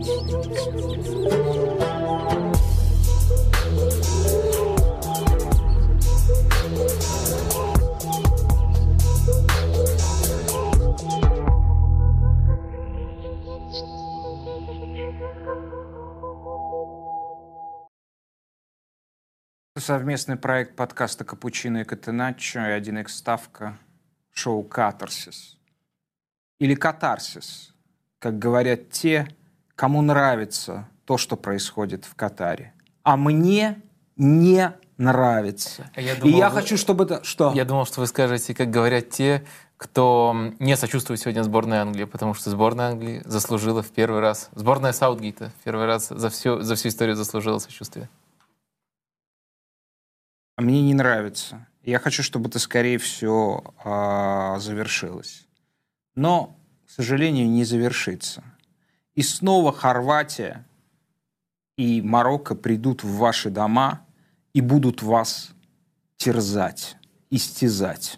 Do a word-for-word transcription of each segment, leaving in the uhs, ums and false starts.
Совместный проект подкаста «Капучино и Катеначчо» и один икс Ставка, шоу «Катарсис». Или «Катарсис», как говорят те, кому нравится то, что происходит в Катаре. А мне не нравится. Я думал, и я вы... хочу, чтобы это... Что? Я думал, что вы скажете, как говорят те, кто не сочувствует сегодня сборной Англии, потому что сборная Англии заслужила в первый раз. Сборная Саутгейта в первый раз за всю, за всю историю заслужила сочувствие. Мне не нравится. Я хочу, чтобы это скорее все э, завершилось. Но, к сожалению, не завершится. И снова Хорватия и Марокко придут в ваши дома и будут вас терзать, истязать.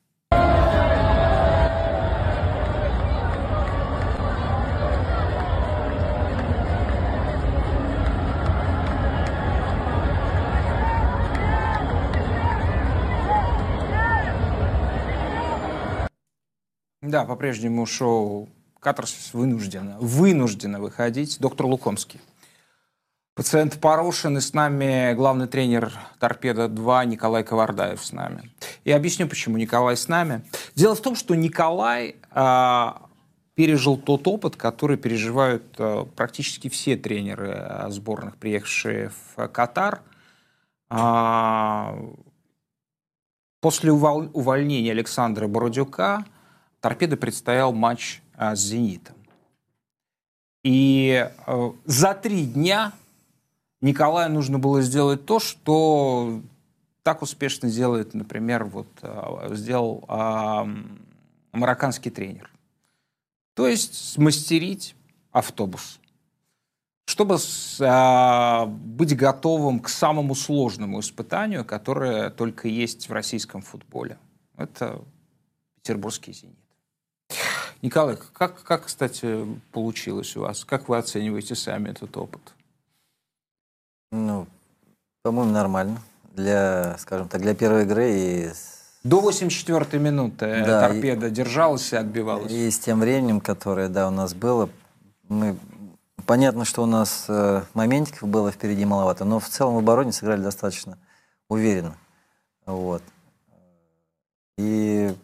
Да, по-прежнему шоу «Катарсис» вынуждено, вынуждено выходить. Доктор Лукомский. Пациент Порошин, и с нами главный тренер «Торпедо-два» Николай Кавардаев с нами. И объясню, почему Николай с нами. Дело в том, что Николай а, пережил тот опыт, который переживают а, практически все тренеры а, сборных, приехавшие в Катар. А, после уволь, увольнения Александра Бородюка «Торпедо» предстоял матч а, с «Зенитом». И а, за три дня Николаю нужно было сделать то, что так успешно делает, например, вот, а, сделал а, марокканский тренер. То есть смастерить автобус, чтобы а, быть готовым к самому сложному испытанию, которое только есть в российском футболе. Это петербургский «Зенит». Николай, как, как, кстати, получилось у вас? Как вы оцениваете сами этот опыт? Ну, по-моему, нормально. Для, скажем так, для первой игры и... До восемьдесят четвёртой минуты да, «Торпедо» и, держалась и отбивалась. И с тем временем, которое, да, у нас было, мы... понятно, что у нас э, моментиков было впереди маловато, но в целом в обороне сыграли достаточно уверенно. Вот. И...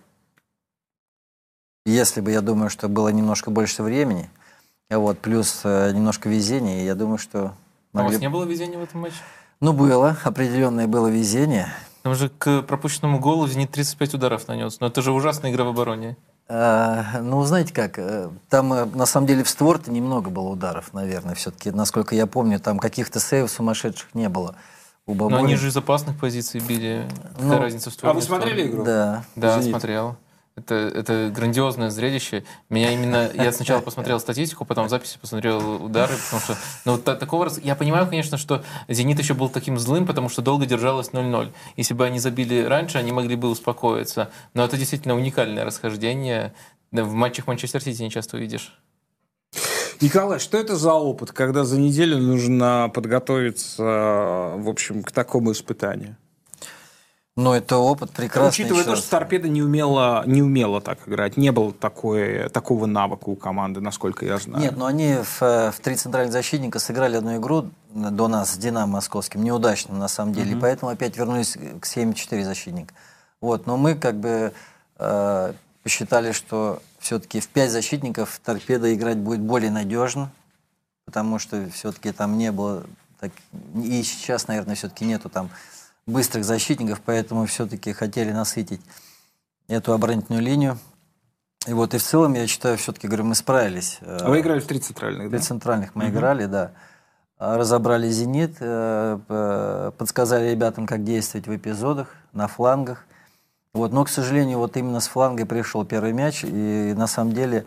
Если бы, я думаю, что было немножко больше времени, вот, плюс э, немножко везения, я думаю, что... Могли... А у вас не было везения в этом матче? Ну, было. Определенное было везение. Там же к пропущенному голу «Зенит» тридцать пять ударов нанес. Но это же ужасная игра в обороне. А, ну, знаете как, там, на самом деле, в створ-то немного было ударов, наверное, все-таки. Насколько я помню, там каких-то сейвов сумасшедших не было. У Но они же из опасных позиций били. Какая ну, разница в створе? А вы смотрели игру? Да. Да, «Зенит». Смотрел. Это, это грандиозное зрелище. Меня именно... Я сначала посмотрел статистику, потом в записи посмотрел удары, потому что... Ну, та, такого раз... Я понимаю, конечно, что «Зенит» еще был таким злым, потому что долго держалось ноль ноль. Если бы они забили раньше, они могли бы успокоиться. Но это действительно уникальное расхождение. В матчах Манчестер Сити не часто увидишь. Николай, что это за опыт, когда за неделю нужно подготовиться, в общем, к такому испытанию? Ну, это опыт прекрасный. Учитывая то, что «Торпедо» не умела, не умела так играть, не было такой, такого навыка у команды, насколько я знаю. Нет, но они в, в три центральных защитника сыграли одну игру до нас с «Динамо» московским, неудачным на самом деле, uh-huh. и поэтому опять вернулись к семь четыре защитника. Вот, но мы как бы э, посчитали, что все-таки в пять защитников «Торпедо» играть будет более надежно, потому что все-таки там не было, так, и сейчас, наверное, все-таки нету там быстрых защитников, поэтому все-таки хотели насытить эту оборонительную линию. И вот и в целом, я считаю, все-таки, говорю, мы справились. А вы играли в три центральных, да? В три центральных мы угу. играли, да. Разобрали «Зенит», подсказали ребятам, как действовать в эпизодах, на флангах. Вот. Но, к сожалению, вот именно с фланга пришел первый мяч, и на самом деле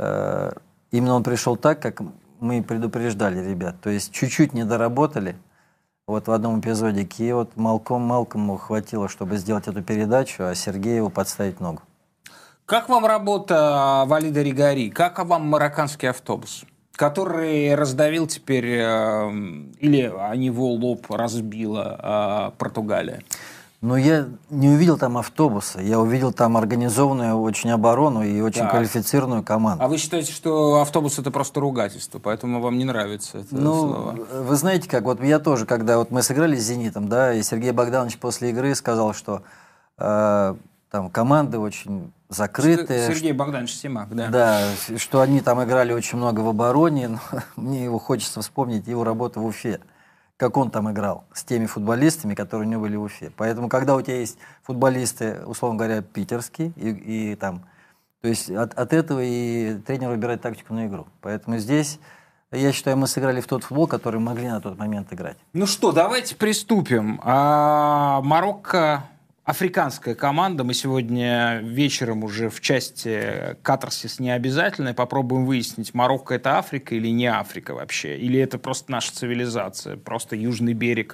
именно он пришел так, как мы предупреждали ребят. То есть чуть-чуть не доработали. Вот в одном эпизодике. И вот Малком Малкому хватило, чтобы сделать эту передачу, а Сергееву подставить ногу. Как вам работа Валида Ригари? Как вам марокканский автобус? который раздавил теперь, э, или о него лоб разбила э, Португалия? Но я не увидел там автобуса, я увидел там организованную очень оборону и очень Да. квалифицированную команду. А вы считаете, что автобус это просто ругательство, поэтому вам не нравится это Ну, слово? вы знаете как, вот я тоже, когда вот мы сыграли с «Зенитом», да, и Сергей Богданович после игры сказал, что э, там команды очень закрытые. Сергей Богданович Симак, да. Да, что они там играли очень много в обороне, но мне его хочется вспомнить, его работу в Уфе. Как он там играл с теми футболистами, которые у него были в Уфе. Поэтому, когда у тебя есть футболисты, условно говоря, питерские, и, и там, то есть от, от этого и тренер выбирает тактику на игру. Поэтому здесь, я считаю, мы сыграли в тот футбол, который могли на тот момент играть. Ну что, давайте приступим. А, Марокко африканская команда. Мы сегодня вечером уже в части «Катарсис» не обязательно. Попробуем выяснить, Марокко — это Африка или не Африка вообще. Или это просто наша цивилизация, просто южный берег.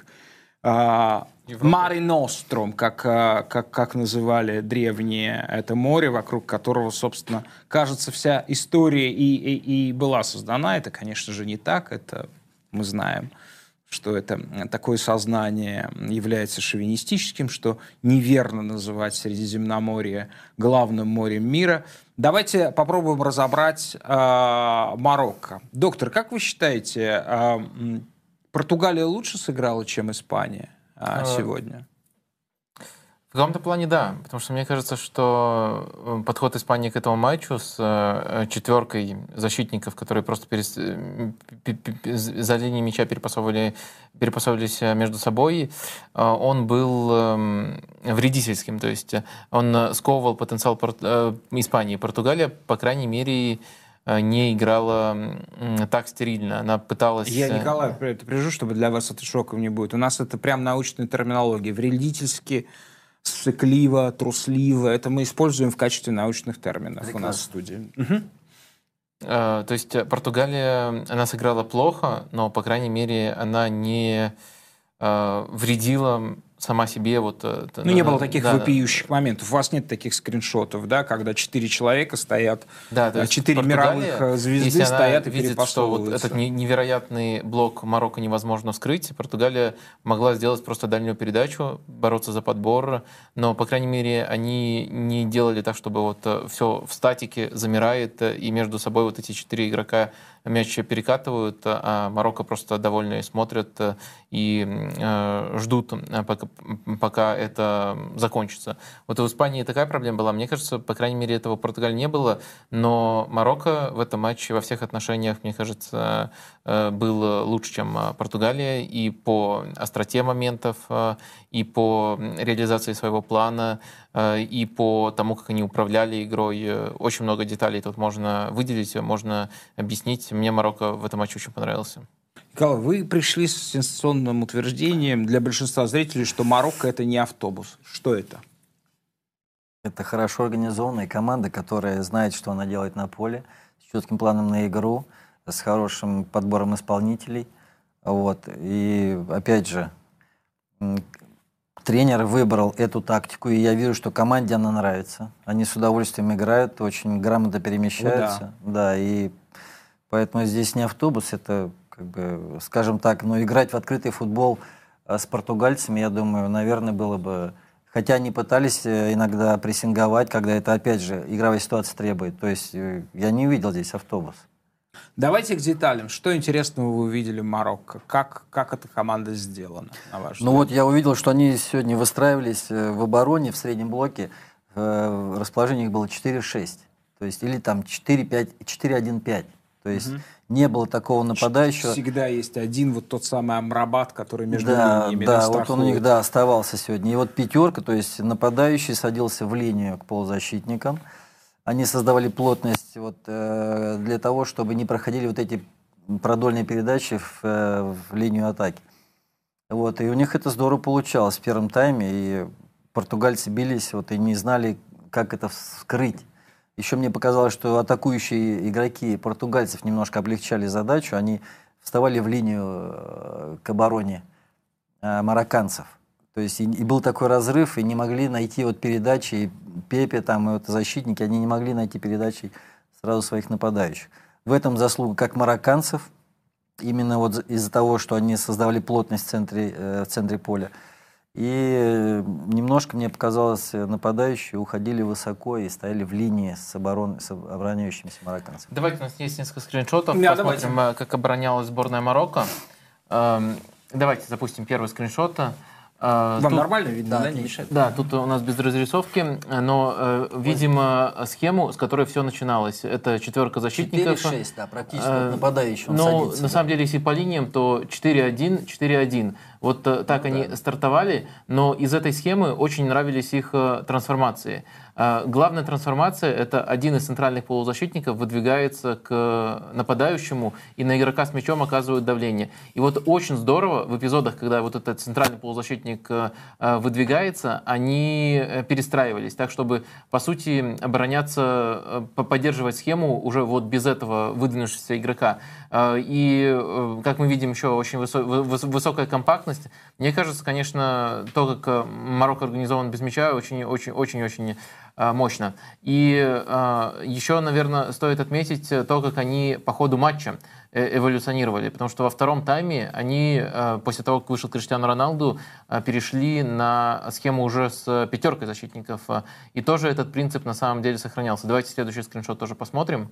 Маре Ностром, как, как, как называли древние это море, вокруг которого, собственно, кажется, вся история и, и, и была создана. Это, конечно же, не так. Это мы знаем, что это такое сознание является шовинистическим, что неверно называть Средиземноморье главным морем мира. Давайте попробуем разобрать э, Марокко. Доктор, как вы считаете, э, Португалия лучше сыграла, чем Испания э, сегодня? В каком-то плане да, потому что мне кажется, что подход Испании к этому матчу с э, четверкой защитников, которые просто перес... за линией мяча перепасовывали, перепасовывались между собой, э, он был э, вредительским, то есть он сковывал потенциал Пор... э, Испании. Португалия, по крайней мере, не играла так стерильно. Она пыталась... Я, Николай, предупрежу, чтобы для вас это шоком не будет. У нас это прям научная терминология. Вредительски, сыкливо, трусливо. Это мы используем в качестве научных терминов. Прекрасно. У нас в студии. Угу. То есть Португалия, она сыграла плохо, но, по крайней мере, она не вредила сама себе. Вот, ну, не было таких да, вопиющих моментов. У вас нет таких скриншотов, да, когда четыре человека стоят, да, четыре мировых звезды стоят и перепасовываются. Видит, что вот этот невероятный блок Марокко невозможно вскрыть, Португалия могла сделать просто дальнюю передачу, бороться за подбор, но, по крайней мере, они не делали так, чтобы вот все в статике замирает, и между собой вот эти четыре игрока мяч перекатывают, а Марокко просто довольны смотрят и э, ждут, пока, пока это закончится. Вот в Испании такая проблема была. Мне кажется, по крайней мере, этого в Португалии не было, но Марокко в этом матче во всех отношениях, мне кажется, был лучше, чем Португалия и по остроте моментов, и по реализации своего плана, и по тому, как они управляли игрой. Очень много деталей тут можно выделить, можно объяснить. Мне Марокко в этом матче очень понравился. Николай, вы пришли с сенсационным утверждением для большинства зрителей, что Марокко — это не автобус. Что это? Это хорошо организованная команда, которая знает, что она делает на поле, с четким планом на игру, с хорошим подбором исполнителей. Вот. И опять же, тренер выбрал эту тактику, и я вижу, что команде она нравится. Они с удовольствием играют, очень грамотно перемещаются. Ну, да. Да, и поэтому здесь не автобус, это, как бы, скажем так, но играть в открытый футбол с португальцами, я думаю, наверное, было бы... Хотя они пытались иногда прессинговать, когда это, опять же, игровая ситуация требует. То есть я не увидел здесь автобус. Давайте к деталям. Что интересного вы увидели в Марокко? Как, как эта команда сделана, на ваш взгляд? Ну вот я увидел, что они сегодня выстраивались в обороне, в среднем блоке. Расположение их было четыре шесть. То есть, или там четыре пять, четыре один пять. То есть угу. не было такого нападающего. Всегда есть один, вот тот самый Амрабат, который между да, линиями да, вот он у них да, оставался сегодня. И вот пятерка, то есть нападающий садился в линию к полузащитникам. Они создавали плотность вот, э, для того, чтобы не проходили вот эти продольные передачи в, э, в линию атаки. Вот, и у них это здорово получалось в первом тайме. И португальцы бились вот, и не знали, как это вскрыть. Еще мне показалось, что атакующие игроки португальцев немножко облегчали задачу. Они вставали в линию э, к обороне э, марокканцев. То есть и, и был такой разрыв, и не могли найти вот передачи, и Пепе, там, и вот защитники, они не могли найти передачи сразу своих нападающих. В этом заслуга как марокканцев, именно вот из-за того, что они создавали плотность в центре, э, в центре поля. И немножко, мне показалось, нападающие уходили высоко и стояли в линии с, оборон... с обороняющимися марокканцами. Давайте, у нас есть несколько скриншотов. Да, посмотрим, давайте. Как оборонялась сборная Марокко. Давайте запустим первый скриншот. Вам тут, нормально видно, да, да, не мешает? Да, тут у нас без разрисовки, но э, видим э, схему, с которой все начиналось. Это четверка защитников. четыре шесть, да, практически э, нападающий. Но на самом деле, если по линиям, то четыре один, четыре один. Вот э, так ну, они да. стартовали, но из этой схемы очень нравились их э, трансформации. Э, главная трансформация — это один из центральных полузащитников выдвигается к нападающему, и на игрока с мячом оказывают давление. И вот очень здорово в эпизодах, когда вот этот центральный полузащитник э, выдвигается, они перестраивались так, чтобы, по сути, обороняться, э, поддерживать схему уже вот без этого выдвинувшегося игрока. Э, и, э, как мы видим, еще очень высо- высокая компактность. Мне кажется, конечно, то, как Марокко организован без мяча, очень-очень-очень мощно. И э, еще, наверное, стоит отметить то, как они по ходу матча эволюционировали, потому что во втором тайме они, э, после того, как вышел Криштиану Роналду, э, перешли на схему уже с пятеркой защитников. И тоже этот принцип на самом деле сохранялся. Давайте следующий скриншот тоже посмотрим.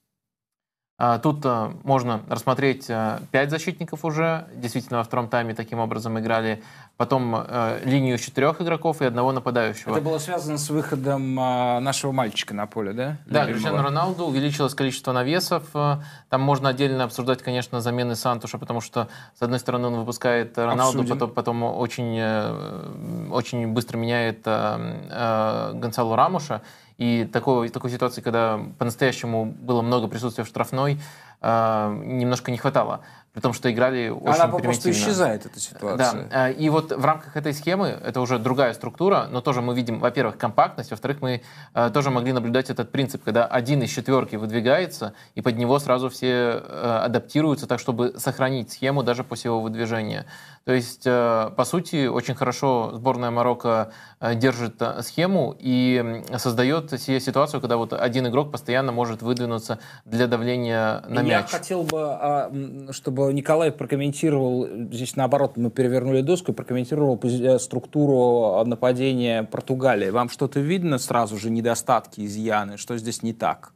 Тут можно рассмотреть пять защитников уже. Действительно, во втором тайме таким образом играли. Потом линию из четырех игроков и одного нападающего. Это было связано с выходом нашего мальчика на поле, да? Да, Криштиану Роналду, увеличилось количество навесов. Там можно отдельно обсуждать, конечно, замены Сантуша, потому что, с одной стороны, он выпускает Роналду, потом, потом очень, очень быстро меняет Гонсало Рамоша. И такой, такой ситуации, когда по-настоящему было много присутствия в штрафной, э, немножко не хватало. При том, что играли очень Она примитивно. просто исчезает, эта ситуация. Да. И вот в рамках этой схемы, это уже другая структура, но тоже мы видим, во-первых, компактность, во-вторых, мы э, тоже могли наблюдать этот принцип, когда один из четверки выдвигается, и под него сразу все э, адаптируются так, чтобы сохранить схему даже после его выдвижения. То есть, э, по сути, очень хорошо сборная Марокко э, держит э, схему и создает себе ситуацию, когда вот один игрок постоянно может выдвинуться для давления на мяч. Я хотел бы, чтобы Николай прокомментировал, здесь наоборот мы перевернули доску, и прокомментировал структуру нападения Португалии. Вам что-то видно сразу же, недостатки, изъяны? Что здесь не так?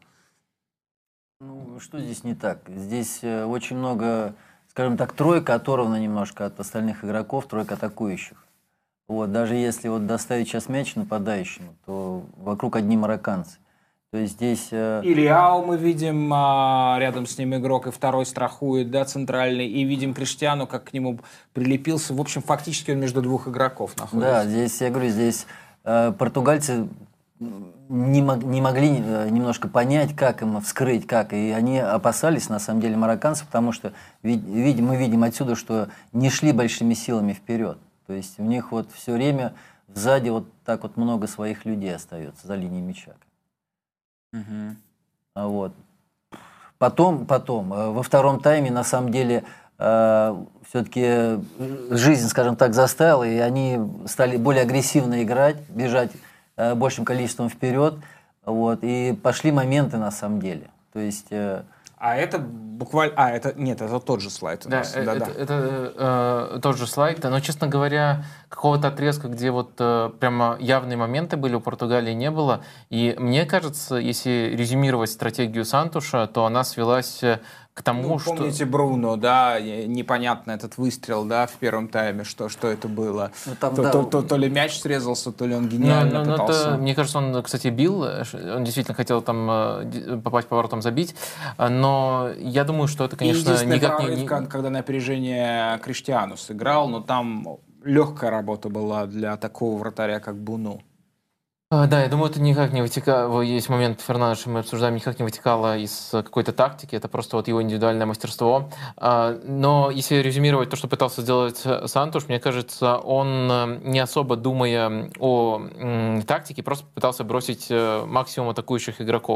Ну, что здесь не так? Здесь очень много, скажем так, тройка оторвана немножко от остальных игроков, тройка атакующих. Вот, даже если вот доставить сейчас мяч нападающему, то вокруг одни марокканцы. То есть здесь... Ильяу мы видим, а, рядом с ним игрок, и второй страхует, да, центральный, и видим Криштиану, как к нему прилепился. В общем, фактически он между двух игроков находится. Да, здесь, я говорю, здесь э, португальцы не, мог, не могли э, немножко понять, как им вскрыть, как. И они опасались, на самом деле, марокканцев, потому что вид, вид, мы видим отсюда, что не шли большими силами вперед. То есть у них вот все время сзади вот так вот много своих людей остается за линией мяча. Угу. Вот. Потом, потом, во втором тайме, на самом деле, э, все-таки жизнь, скажем так, заставила, и они стали более агрессивно играть, бежать э, большим количеством вперед, вот, и пошли моменты, на самом деле. То есть... Э, А это буквально... А, это... Нет, это тот же слайд у да, нас. Это, да, да. это, это э, тот же слайд, но, честно говоря, какого-то отрезка, где вот э, прямо явные моменты были, у Португалии не было. И мне кажется, если резюмировать стратегию Сантуша, то она свелась к тому, ну, что... Помните Бруно, да, непонятно этот выстрел, да, в первом тайме, что, что это было. Ну, там, то, да, то, то, то ли мяч срезался, то ли он гениально но, но, пытался. Это, мне кажется, он, кстати, бил, он действительно хотел там попасть поворотом забить, но я думаю, что это, конечно, никак прорыв, не... когда на опережение Криштиану сыграл, но там легкая работа была для такого вратаря, как Буну. Да, я думаю, это никак не вытекало, есть момент, Фернандо, что мы обсуждаем, никак не вытекало из какой-то тактики, это просто вот его индивидуальное мастерство. Но если резюмировать то, что пытался сделать Сантуш, мне кажется, он, не особо думая о тактике, просто пытался бросить максимум атакующих игроков.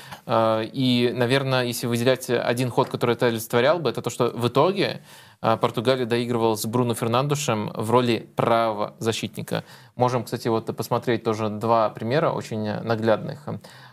И, наверное, если выделять один ход, который это олицетворял бы, это то, что в итоге Португалия доигрывала с Бруно Фернандешем в роли правого защитника. Можем, кстати, вот посмотреть тоже два примера очень наглядных.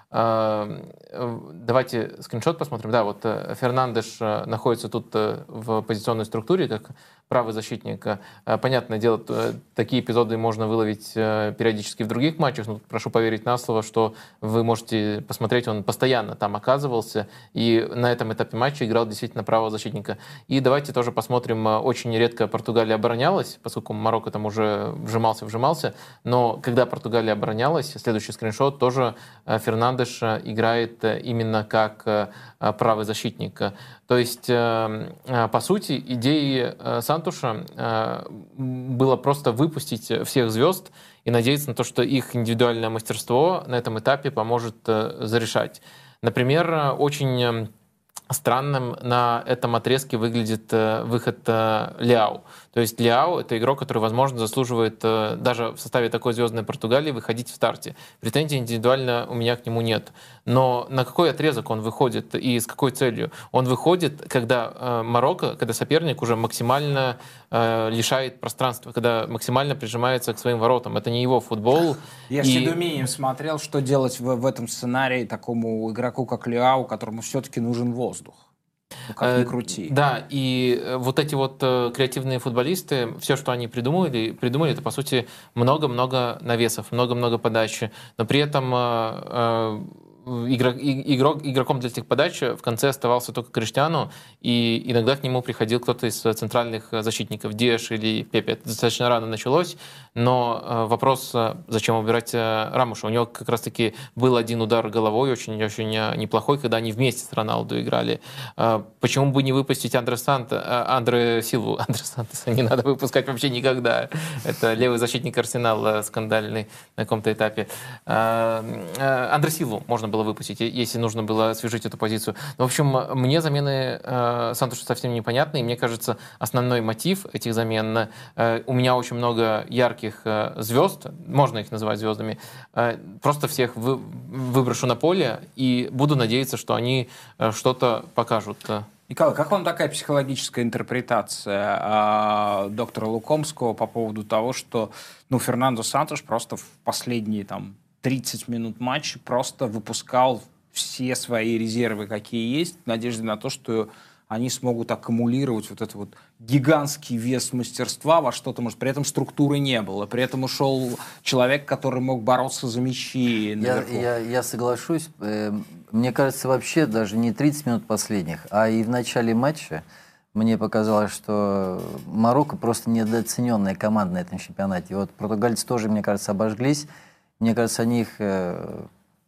Давайте скриншот посмотрим. Да, вот Фернандеш находится тут в позиционной структуре, как правый защитник. Понятное дело, такие эпизоды можно выловить периодически в других матчах, но прошу поверить на слово, что вы можете посмотреть, он постоянно там оказывался, и на этом этапе матча играл действительно правого защитника. И давайте тоже посмотрим, очень редко Португалия оборонялась, поскольку Марокко там уже вжимался-вжимался, но когда Португалия оборонялась, следующий скриншот, тоже Фернандеш играет именно как правый защитник. То есть, по сути, идеей Сантуша было просто выпустить всех звезд и надеяться на то, что их индивидуальное мастерство на этом этапе поможет зарешать. Например, очень странным на этом отрезке выглядит выход Леау. То есть Леау — это игрок, который, возможно, заслуживает даже в составе такой звездной Португалии выходить в старте. Претензий индивидуально у меня к нему нет. Но на какой отрезок он выходит и с какой целью? Он выходит, когда Марокко, когда соперник уже максимально лишает пространства, когда максимально прижимается к своим воротам. Это не его футбол. Я и... с недоумением смотрел, что делать в, в этом сценарии такому игроку, как Леау, которому все-таки нужен воздух. Ну, как ни крути. Да, и вот эти вот креативные футболисты, все, что они придумали, придумали, это, по сути, много-много навесов, много-много подач. Но при этом Игрок, игрок, игроком для этих подач в конце оставался только Криштиану, и иногда к нему приходил кто-то из центральных защитников, Диэш или Пепе. Это достаточно рано началось, но вопрос, зачем убирать Рамуша? У него как раз-таки был один удар головой, очень-очень неплохой, когда они вместе с Роналду играли. Почему бы не выпустить Андре, Санта, Андре Силву? Андре Сантоса не надо выпускать вообще никогда. Это левый защитник Арсенала, скандальный на каком-то этапе. Андре Силву можно было было выпустить, если нужно было освежить эту позицию. Но, в общем, мне замены э, Сантуша совсем непонятны, и мне кажется, основной мотив этих замен, э, у меня очень много ярких э, звезд, можно их называть звездами, э, просто всех вы, выброшу на поле и буду надеяться, что они э, что-то покажут. Николай, как вам такая психологическая интерпретация э, доктора Лукомского по поводу того, что ну, Фернандо Сантуш просто в последние там тридцать минут матча просто выпускал все свои резервы, какие есть, в надежде на то, что они смогут аккумулировать вот этот вот гигантский вес мастерства во что-то, может, при этом структуры не было, при этом ушел человек, который мог бороться за мячи наверху. Я, я, я соглашусь. Мне кажется, вообще даже не тридцать минут последних, а и в начале матча мне показалось, что Марокко просто недооцененная команда на этом чемпионате. И вот португальцы тоже, мне кажется, обожглись. Мне кажется, они их э,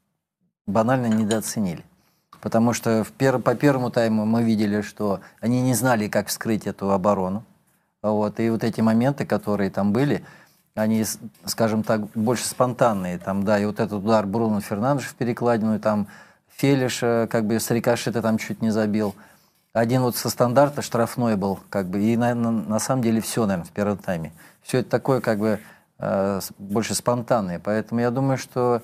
банально недооценили. Потому что в пер, по первому тайму мы видели, что они не знали, как вскрыть эту оборону. Вот. И вот эти моменты, которые там были, они, скажем так, больше спонтанные. Там, да, и вот этот удар Бруно Фернандеш в перекладину, и там Фелиш как бы с рикошета там чуть не забил. Один вот со стандарта штрафной был, как бы, и на, на, на самом деле все, наверное, в первом тайме. Все это такое, как бы, больше спонтанные. Поэтому я думаю, что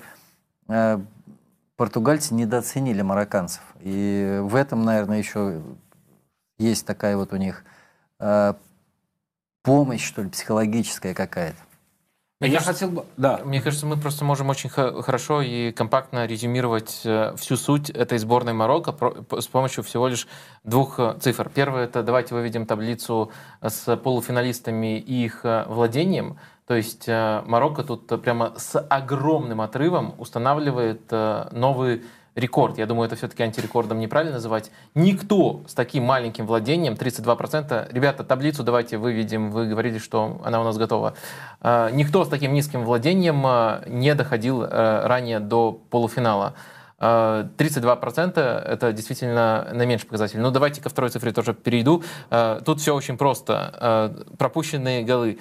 э, португальцы недооценили марокканцев. И в этом, наверное, еще есть такая вот у них э, помощь, что ли, психологическая какая-то. Мне, я кажется, хотел бы... да. Мне кажется, мы просто можем очень хорошо и компактно резюмировать всю суть этой сборной Марокко с помощью всего лишь двух цифр. Первое — это давайте выведем таблицу с полуфиналистами и их владением. То есть Марокко тут прямо с огромным отрывом устанавливает новый рекорд. Я думаю, это все-таки антирекордом неправильно называть. Никто с таким маленьким владением, тридцать два процента, ребята, таблицу давайте выведем, вы говорили, что она у нас готова. Никто с таким низким владением не доходил ранее до полуфинала. тридцать два процента это действительно наименьший показатель. Но давайте ко второй цифре тоже перейду. Тут все очень просто. Пропущенные голы.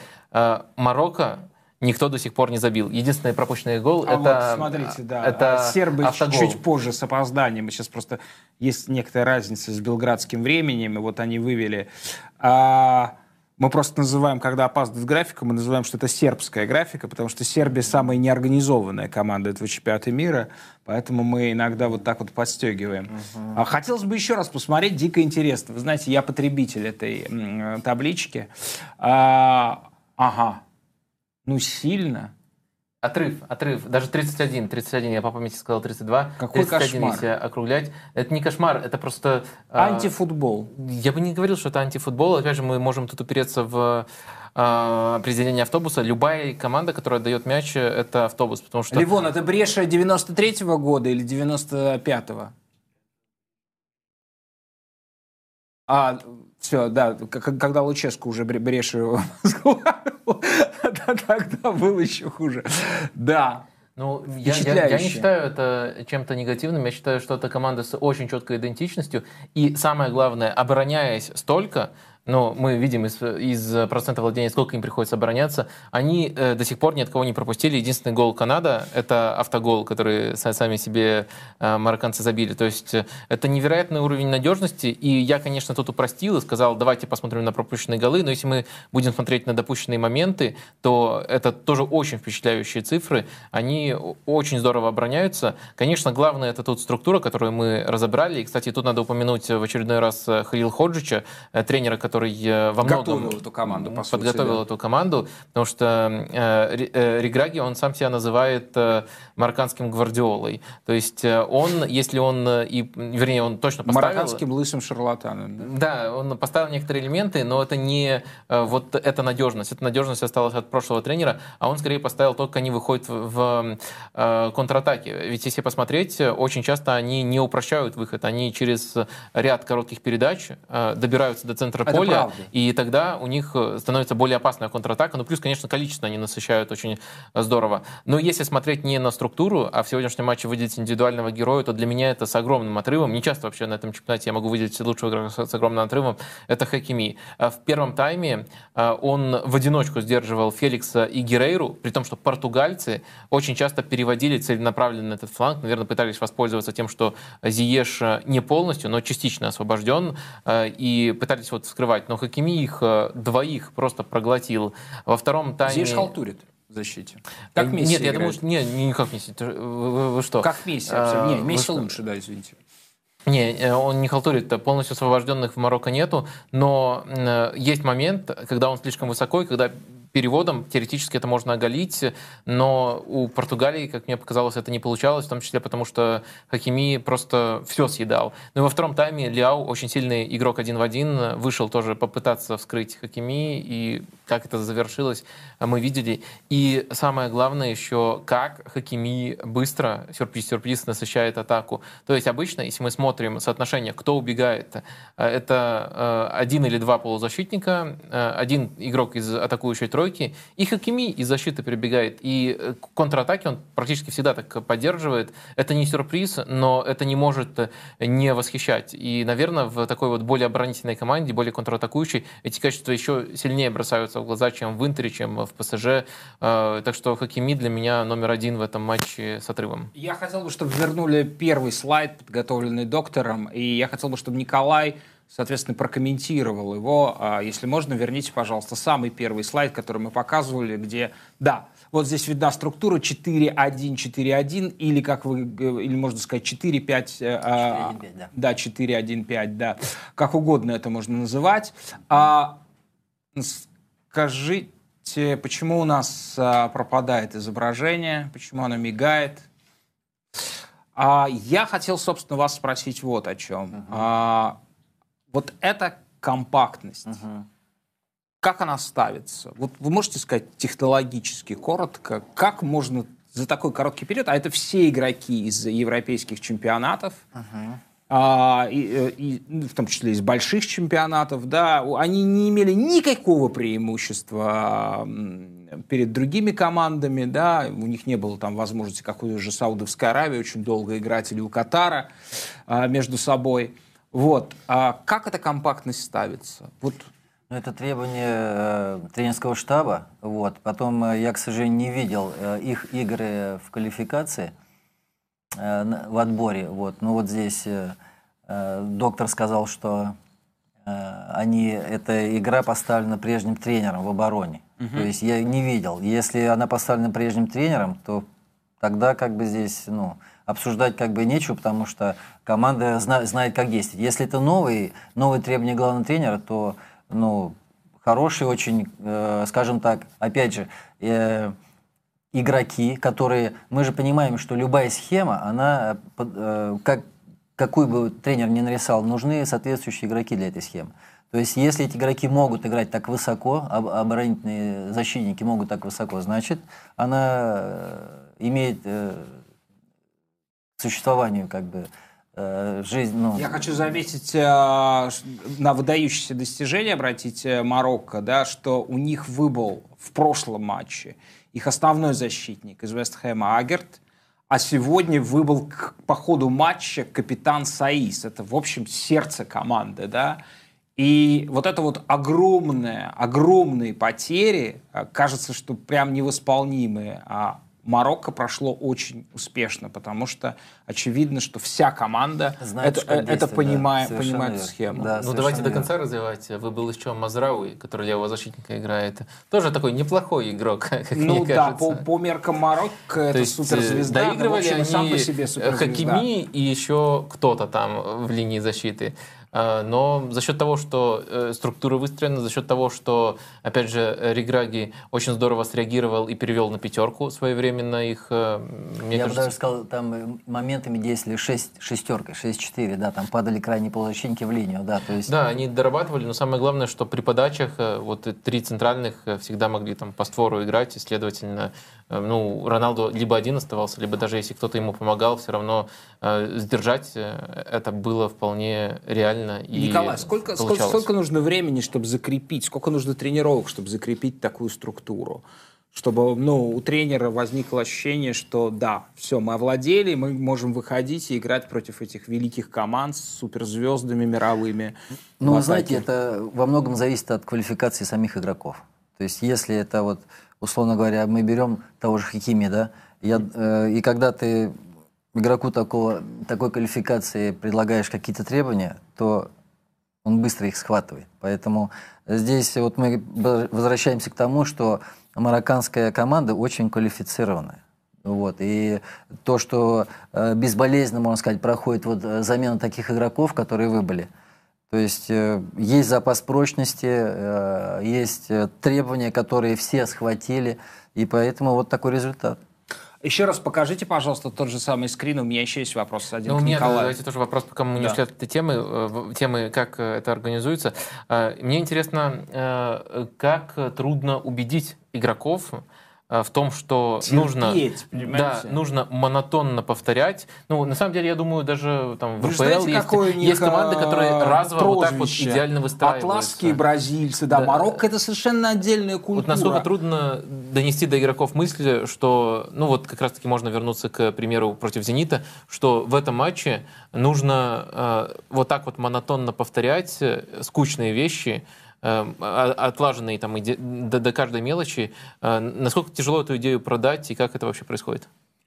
Марокко никто до сих пор не забил. Единственный пропущенный гол а это, вот, смотрите, да. это а сербы автогол. Чуть позже с опозданием. Сейчас просто есть некоторая разница с белградским временем, и вот они вывели. А, мы просто называем, когда опаздывает графика, мы называем, что это сербская графика, потому что Сербия самая неорганизованная команда этого чемпионата мира, поэтому мы иногда вот так вот подстегиваем. Uh-huh. А, хотелось бы еще раз посмотреть, дико интересно. Вы знаете, я потребитель этой м, таблички. А, ага. Ну, сильно. Отрыв, отрыв. Даже тридцать один, тридцать один, я по памяти сказал тридцать два. Какой тридцать один, кошмар. если округлять. Это не кошмар, это просто... Антифутбол. Э, я бы не говорил, что это антифутбол. Опять же, мы можем тут упереться в э, определение автобуса. Любая команда, которая дает мяч, это автобус. Потому что... Левон, это Бреша девяносто третьего года или девяносто пятого? А, все, да, когда Луческу уже Брешу тогда было еще хуже. Да. Ну, я, я, я не считаю это чем-то негативным, я считаю, что это команда с очень четкой идентичностью, и самое главное, обороняясь столько, но мы видим из, из процента владения, сколько им приходится обороняться, они э, до сих пор ни от кого не пропустили. Единственный гол Канада — это автогол, который сами себе э, марокканцы забили. То есть э, это невероятный уровень надежности, и я, конечно, тут упростил и сказал, давайте посмотрим на пропущенные голы, но если мы будем смотреть на допущенные моменты, то это тоже очень впечатляющие цифры, они очень здорово обороняются. Конечно, главное — это тут структура, которую мы разобрали, и, кстати, тут надо упомянуть в очередной раз Халил Ходжича, тренера, который который во многом готовил эту команду, по подготовил сути, да. эту команду, потому что э, Риграги, он сам себя называет э, марокканским гвардиолой. То есть он, если он, и, вернее, он точно поставил... Марокканским лысым шарлатаном. Да? да, он поставил некоторые элементы, но это не э, вот эта надежность. Эта надежность осталась от прошлого тренера, а он скорее поставил то, как они выходят в, в э, контратаке. Ведь если посмотреть, очень часто они не упрощают выход, они через ряд коротких передач э, добираются до центра поля, и тогда у них становится более опасная контратака. Ну, плюс, конечно, количество они насыщают очень здорово. Но если смотреть не на структуру, а в сегодняшнем матче выделить индивидуального героя, то для меня это с огромным отрывом. Не часто вообще на этом чемпионате я могу выделить лучшего игрока с огромным отрывом. Это Хакими. В первом тайме он в одиночку сдерживал Феликса и Герейру, при том, что португальцы очень часто переводили целенаправленно на этот фланг. Наверное, пытались воспользоваться тем, что Зиеш не полностью, но частично освобожден, и пытались вот скрывать. Но Хакими их двоих просто проглотил. Во втором тайме... Зиеш халтурит в защите. Как Месси Нет, играет. я думаю, что... Не, никак Месси. Вы, вы, вы что? Как Месси. А, не, Месси лучше, да, извините. Не, он не халтурит, полностью освобожденных в Марокко нету, но есть момент, когда он слишком высоко, и когда переводом теоретически это можно оголить, но у Португалии, как мне показалось, это не получалось, в том числе потому, что Хакими просто все съедал. Ну и во втором тайме Лиау, очень сильный игрок один в один, вышел тоже попытаться вскрыть Хакими, и как это завершилось, мы видели. И самое главное еще, как Хакими быстро, сюрприз-сюрприз, насыщает атаку. То есть обычно, если мы смотрим соотношение, кто убегает, это один или два полузащитника, один игрок из атакующей тройки, и Хакими из защиты прибегает. И контратаки он практически всегда так поддерживает. Это не сюрприз, но это не может не восхищать. И, наверное, в такой вот более оборонительной команде, более контратакующей, эти качества еще сильнее бросаются в глаза, чем в Интере, чем в ПСЖ. Так что Хакими для меня номер один в этом матче с отрывом. Я хотел бы, чтобы вернули первый слайд, подготовленный доктором, и я хотел бы, чтобы Николай, соответственно, прокомментировал его. Если можно, верните, пожалуйста, самый первый слайд, который мы показывали, где, да, вот здесь видна структура четыре один четыре один, или, как вы, или можно сказать, четыре пять, да. Да, четыре один пять, да, как угодно это можно называть. А, скажите, почему у нас пропадает изображение, почему оно мигает? А, я хотел, собственно, вас спросить вот о чем. Uh-huh. А, вот эта компактность, uh-huh. как она ставится? Вот вы можете сказать технологически, коротко, как можно за такой короткий период, а это все игроки из европейских чемпионатов, uh-huh. а, и, и, в том числе из больших чемпионатов, да, они не имели никакого преимущества перед другими командами, да, у них не было там возможности, как у же Саудовской Аравии, очень долго играть, или у Катара а, между собой. Вот. А как эта компактность ставится? Вот. Ну, это требование э, тренерского штаба. Вот. Потом э, я, к сожалению, не видел э, их игры в квалификации, э, в отборе. Вот. Но вот здесь э, э, доктор сказал, что э, они, эта игра поставлена прежним тренером в обороне. Uh-huh. То есть я не видел. Если она поставлена прежним тренером, то тогда как бы здесь, ну, обсуждать как бы нечего, потому что команда зна- знает, как действовать. Если это новые, новые требования главного тренера, то, ну, хороший очень, э, скажем так, опять же, э, игроки, которые... Мы же понимаем, что любая схема, она, э, как, какую бы тренер ни нарисовал, нужны соответствующие игроки для этой схемы. То есть, если эти игроки могут играть так высоко, об, оборонительные защитники могут так высоко, значит, она э, имеет э, к существованию как бы э, жизнь. Ну... Я хочу заметить э, на выдающиеся достижения, обратите Марокко, да, что у них выбыл в прошлом матче их основной защитник из Вест-Хэма Агерт, а сегодня выбыл к, по ходу матча капитан Саис. Это, в общем, сердце команды, да. И вот это вот огромные, огромные потери, кажется, что прям невосполнимые, а Марокко прошло очень успешно, потому что очевидно, что вся команда Знает, это, это понимает, да, понимает схему. Да, ну давайте верно. До конца развивать. Выбыл еще Мазрауи, который левого защитника играет. Тоже такой неплохой игрок, как ну, мне да, кажется. По, по меркам Марокко это есть, суперзвезда. Доигрывали но, общем, они сам по себе Хакими и еще кто-то там в линии защиты. Но за счет того, что структура выстроена, за счет того, что, опять же, Реграги очень здорово среагировал и перевел на пятерку своевременно их, мне Я кажется... бы даже сказал, там моментами действовали шесть, шестеркой, шесть-четыре, да, там падали крайние полузащитники в линию, да, то есть... Да, они дорабатывали, но самое главное, что при подачах вот три центральных всегда могли там по створу играть, и, следовательно, ну, Роналду либо один оставался, либо даже если кто-то ему помогал, все равно э, сдержать это было вполне реально. И Николай, сколько, сколько, сколько нужно времени, чтобы закрепить, сколько нужно тренировок, чтобы закрепить такую структуру? Чтобы, ну, у тренера возникло ощущение, что да, все, мы овладели, мы можем выходить и играть против этих великих команд с суперзвездами мировыми. Ну, вы знаете, это во многом зависит от квалификации самих игроков. То есть, если это вот, условно говоря, мы берем того же Хакими, да, я, э, и когда ты игроку такого, такой квалификации предлагаешь какие-то требования, то он быстро их схватывает. Поэтому здесь вот мы возвращаемся к тому, что марокканская команда очень квалифицированная. Вот. И то, что э, безболезненно, можно сказать, проходит вот замена таких игроков, которые выбыли. То есть э, есть запас прочности, э, есть требования, которые все схватили, и поэтому вот такой результат. Еще раз покажите, пожалуйста, тот же самый скрин. У меня еще есть вопрос один ну, к нет, Николаю. Давайте тоже вопрос, пока мы не да. ушли от этой темы, темы, как это организуется. Мне интересно, как трудно убедить игроков в том, что Терпеть, нужно, понимаете? да, нужно монотонно повторять. Ну, на самом деле, я думаю, даже там в РПЛ знаете, есть, есть команды, которые разово вот так вот идеально выстраиваются. Атласские бразильцы, да, да. Марокко — это совершенно отдельная культура. Вот насколько трудно донести до игроков мысли, что, ну вот как раз-таки можно вернуться к примеру против «Зенита», что в этом матче нужно э, вот так вот монотонно повторять скучные вещи, отлаженные там до, до каждой мелочи. Насколько тяжело эту идею продать и как это вообще происходит?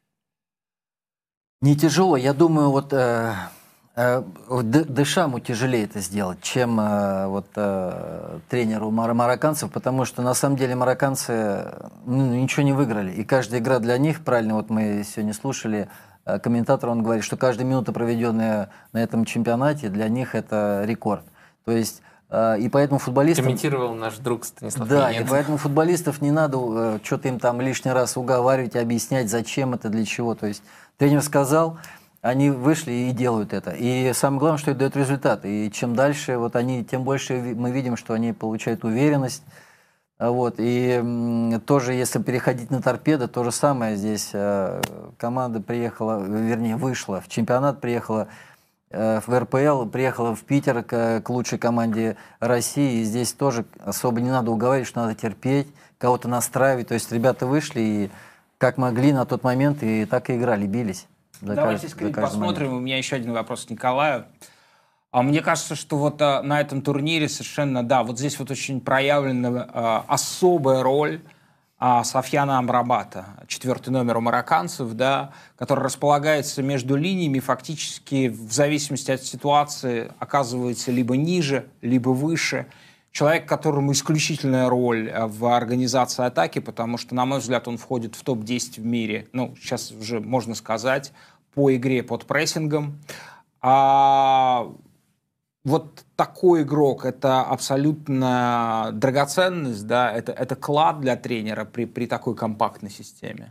Не тяжело. Я думаю, вот э, э, Дешаму тяжелее это сделать, чем э, вот, э, тренеру мар- марокканцев, потому что на самом деле марокканцы ну, ничего не выиграли. И каждая игра для них, правильно, вот мы сегодня слушали э, комментатора, он говорит, что каждая минута, проведенная на этом чемпионате, для них это рекорд. То есть и поэтому футболистам... Комментировал наш друг Станислав Да, Минец. И поэтому футболистов не надо э, что-то им там лишний раз уговаривать, объяснять, зачем это, для чего. То есть тренер сказал, они вышли и делают это. И самое главное, что это дает результат. И чем дальше, вот они, тем больше мы видим, что они получают уверенность. Вот. И м, тоже, если переходить на торпедо, то же самое здесь. Э, команда приехала, вернее, вышла, в чемпионат приехала, в эр пэ эл, приехала в Питер к, к лучшей команде России, и здесь тоже особо не надо уговаривать, что надо терпеть, кого-то настраивать. То есть ребята вышли и как могли на тот момент, и так и играли, бились. Давайте скрин посмотрим. Момент. У меня еще один вопрос к Николаю. А мне кажется, что вот а, на этом турнире совершенно, да, вот здесь вот очень проявлена а, особая роль а Софьяна Амрабата, четвертый номер у марокканцев, да, который располагается между линиями, фактически в зависимости от ситуации оказывается либо ниже, либо выше. Человек, которому исключительная роль в организации атаки, потому что, на мой взгляд, он входит в топ десять в мире, ну, сейчас уже можно сказать, по игре под прессингом. А вот такой игрок — это абсолютно драгоценность, да, это, это клад для тренера при, при такой компактной системе?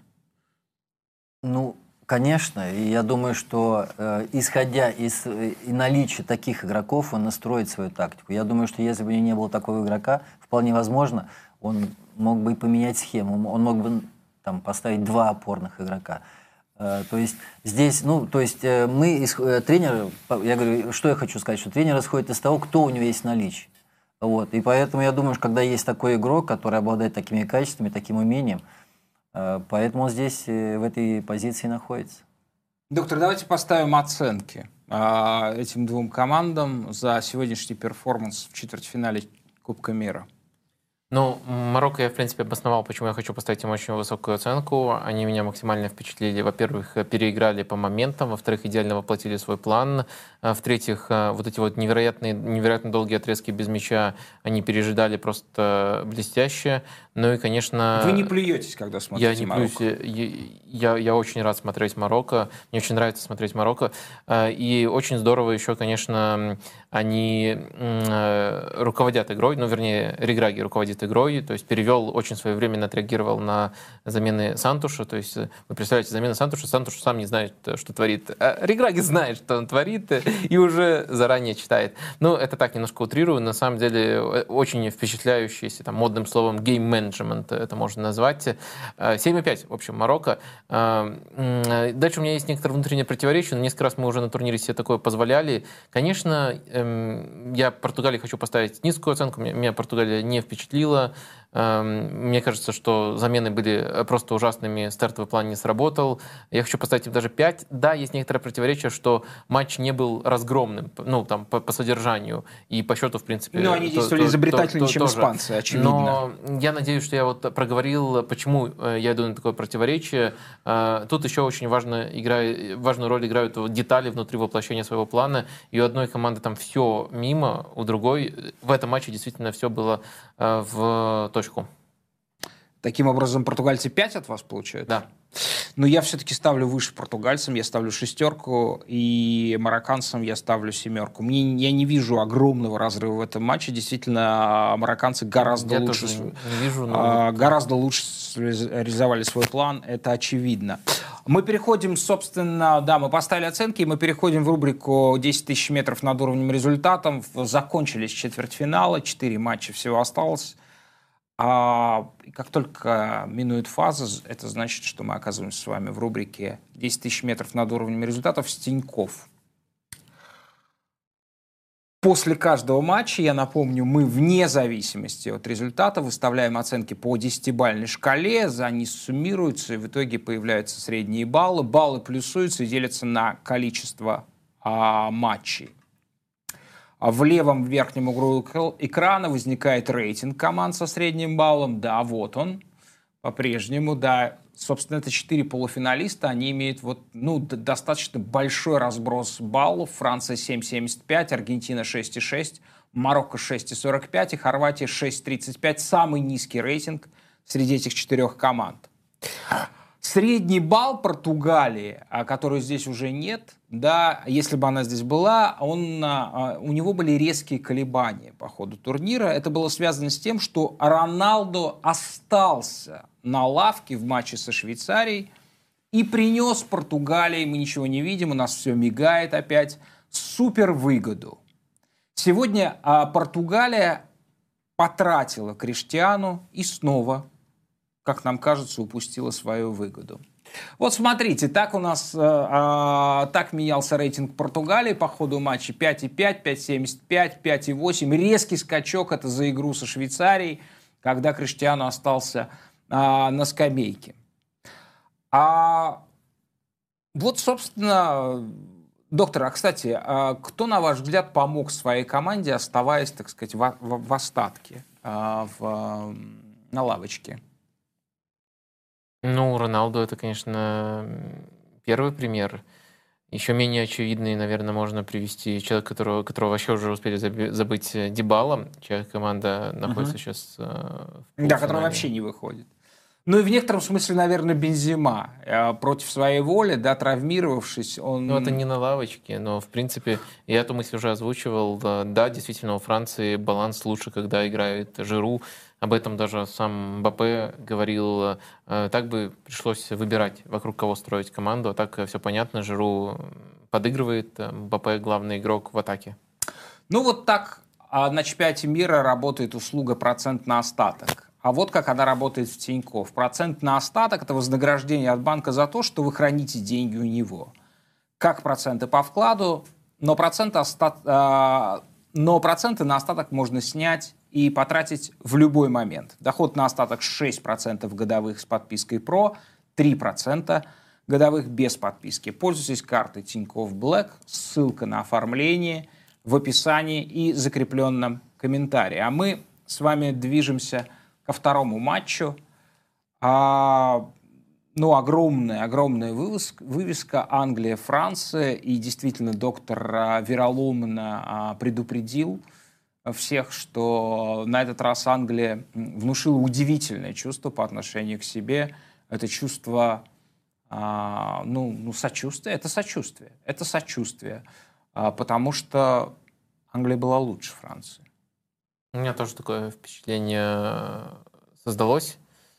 Ну, конечно, и я думаю, что э, исходя из э, наличия таких игроков, он настроит свою тактику. Я думаю, что если бы не было такого игрока, вполне возможно, он мог бы поменять схему, он мог бы там поставить два опорных игрока. Э, то есть здесь, ну, то есть э, мы, э, тренер, я говорю, что я хочу сказать, что тренер исходит из того, кто у него есть в наличии. Вот, и поэтому я думаю, что когда есть такой игрок, который обладает такими качествами, таким умением, поэтому он здесь, в этой позиции, находится. Доктор, давайте поставим оценки этим двум командам за сегодняшний перформанс в четвертьфинале Кубка мира. Ну, Марокко я, в принципе, обосновал, почему я хочу поставить им очень высокую оценку. Они меня максимально впечатлили. Во-первых, переиграли по моментам, во-вторых, идеально воплотили свой план, в-третьих, вот эти вот невероятные, невероятно долгие отрезки без мяча они пережидали просто блестяще. Ну и, конечно... Вы не плюетесь, когда смотрите я не Марокко? Плююсь, я, я, я очень рад смотреть Марокко. Мне очень нравится смотреть Марокко. И очень здорово еще, конечно, они руководят игрой, ну, вернее, Реграги руководит игрой, то есть перевел, очень своевременно отреагировал на замены Сантуша. То есть вы представляете, замена Сантуша, Сантуш сам не знает, что творит. А Реграги знает, что он творит, и уже заранее читает. Ну, это так, немножко утрирую. На самом деле, очень впечатляющий, если там модным словом гейм-менеджмент это можно назвать. семь пять, в общем, Марокко. Дальше у меня есть некоторые внутренние противоречия, но несколько раз мы уже на турнире себе такое позволяли. Конечно, я Португалии хочу поставить низкую оценку, меня Португалия не впечатлила. Мне кажется, что замены были просто ужасными, стартовый план не сработал. Я хочу поставить им даже пять. Да, есть некоторое противоречие, что матч не был разгромным, ну, там, по, по содержанию и по счету, в принципе. Ну, они действовали то, изобретательнее, то, то, чем тоже. Испанцы, очевидно. Но я надеюсь, что я вот проговорил, почему я иду на такое противоречие. Тут еще очень важно, играет, важную роль играют детали внутри воплощения своего плана. И у одной команды там все мимо, у другой в этом матче действительно все было в точку. Таким образом, португальцы пять от вас получают? Да. Но я все-таки ставлю выше португальцам, я ставлю шестерку, и марокканцам я ставлю семерку. Мне, я не вижу огромного разрыва в этом матче. Действительно, марокканцы гораздо я лучше, не вижу, но... гораздо лучше реализовали свой план, это очевидно. Мы переходим, собственно, да, мы поставили оценки, и мы переходим в рубрику десять тысяч метров над уровнем результатов. Закончились четвертьфиналы, четыре матча всего осталось. А как только минует фаза, это значит, что мы оказываемся с вами в рубрике десять тысяч метров над уровнем результатов с Тинькофф. После каждого матча, я напомню, мы вне зависимости от результата выставляем оценки по десятибалльной шкале, они суммируются, и в итоге появляются средние баллы. Баллы плюсуются и делятся на количество а, матчей. В левом верхнем углу экрана возникает рейтинг команд со средним баллом. Да, вот он. По-прежнему, да. Собственно, это четыре полуфиналиста. Они имеют вот, ну, достаточно большой разброс баллов. Франция семь целых семьдесят пять, Аргентина шесть целых шесть, Марокко шесть целых сорок пять и Хорватия шесть целых тридцать пять. Самый низкий рейтинг среди этих четырех команд. Средний балл Португалии, которой здесь уже нет, да, если бы она здесь была, он, у него были резкие колебания по ходу турнира. Это было связано с тем, что Роналдо остался на лавке в матче со Швейцарией и принес Португалии, мы ничего не видим, у нас все мигает опять, супер выгоду. Сегодня Португалия потратила Криштиану и снова, как нам кажется, упустила свою выгоду. Вот смотрите, так у нас э, э, так менялся рейтинг Португалии по ходу матча. пять целых пять, пять целых семьдесят пять, пять целых восемь. Резкий скачок это за игру со Швейцарией, когда Криштиану остался э, на скамейке. А вот, собственно, доктор, а, кстати, э, кто, на ваш взгляд, помог своей команде, оставаясь, так сказать, в, в, в остатке, э, в, э, на лавочке? Ну, Роналду это, конечно, первый пример. Еще менее очевидный, наверное, можно привести человека, которого, которого вообще уже успели забыть, Дибала, чья команда находится uh-huh. сейчас в полуфинале. Да, который вообще не выходит. Ну и в некотором смысле, наверное, Бензема против своей воли, да, травмировавшись, он... Ну, это не на лавочке, но, в принципе, я эту мысль уже озвучивал. Да, действительно, у Франции баланс лучше, когда играет Жиру. Об этом даже сам Мбаппе говорил. Так бы пришлось выбирать, вокруг кого строить команду. А так все понятно, Жиру подыгрывает, Мбаппе главный игрок в атаке. Ну вот так на чемпионате мира работает услуга процент на остаток. А вот как она работает в Тинькофф. Процент на остаток – это вознаграждение от банка за то, что вы храните деньги у него. Как проценты по вкладу, но проценты, остат... но проценты на остаток можно снять и потратить в любой момент. Доход на остаток шесть процентов годовых с подпиской Pro, три процента годовых без подписки. Пользуйтесь картой Тинькофф Black, ссылка на оформление в описании и закрепленном комментарии. А мы с вами движемся ко второму матчу. А, ну, огромная, огромная вывеска, вывеска Англия-Франция. И действительно доктор вероломно предупредил всех, что на этот раз Англия внушила удивительное чувство по отношению к себе. Это чувство а, ну, ну, сочувствия. Это сочувствие. Это сочувствие. А, потому что Англия была лучше Франции. У меня тоже такое впечатление создалось.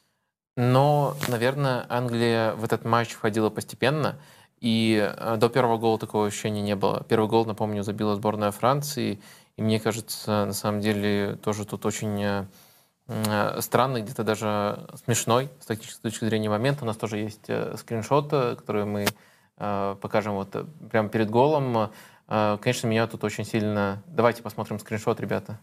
Но, наверное, Англия в этот матч входила постепенно. И до первого гола такого ощущения не было. Первый гол, напомню, забила сборная Франции. И мне кажется, на самом деле, тоже тут очень странный, где-то даже смешной с тактической точки зрения момент. У нас тоже есть скриншот, который мы покажем вот прямо перед голом. Конечно, меня тут очень сильно... Давайте посмотрим скриншот, ребята.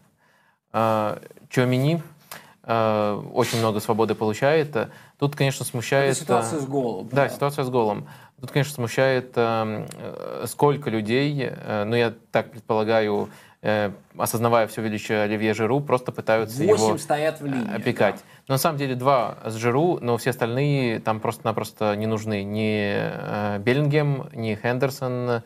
Чуамени очень много свободы получает. Тут, конечно, смущает... Это ситуация с голом. Да, да, ситуация с голом. Тут, конечно, смущает, сколько людей, ну, я так предполагаю, осознавая все величие Оливье Жиру, просто пытаются его стоят в линии, опекать. Да. Но на самом деле два с Жиру, но все остальные там просто-напросто не нужны. Ни Беллингем, ни Хендерсон.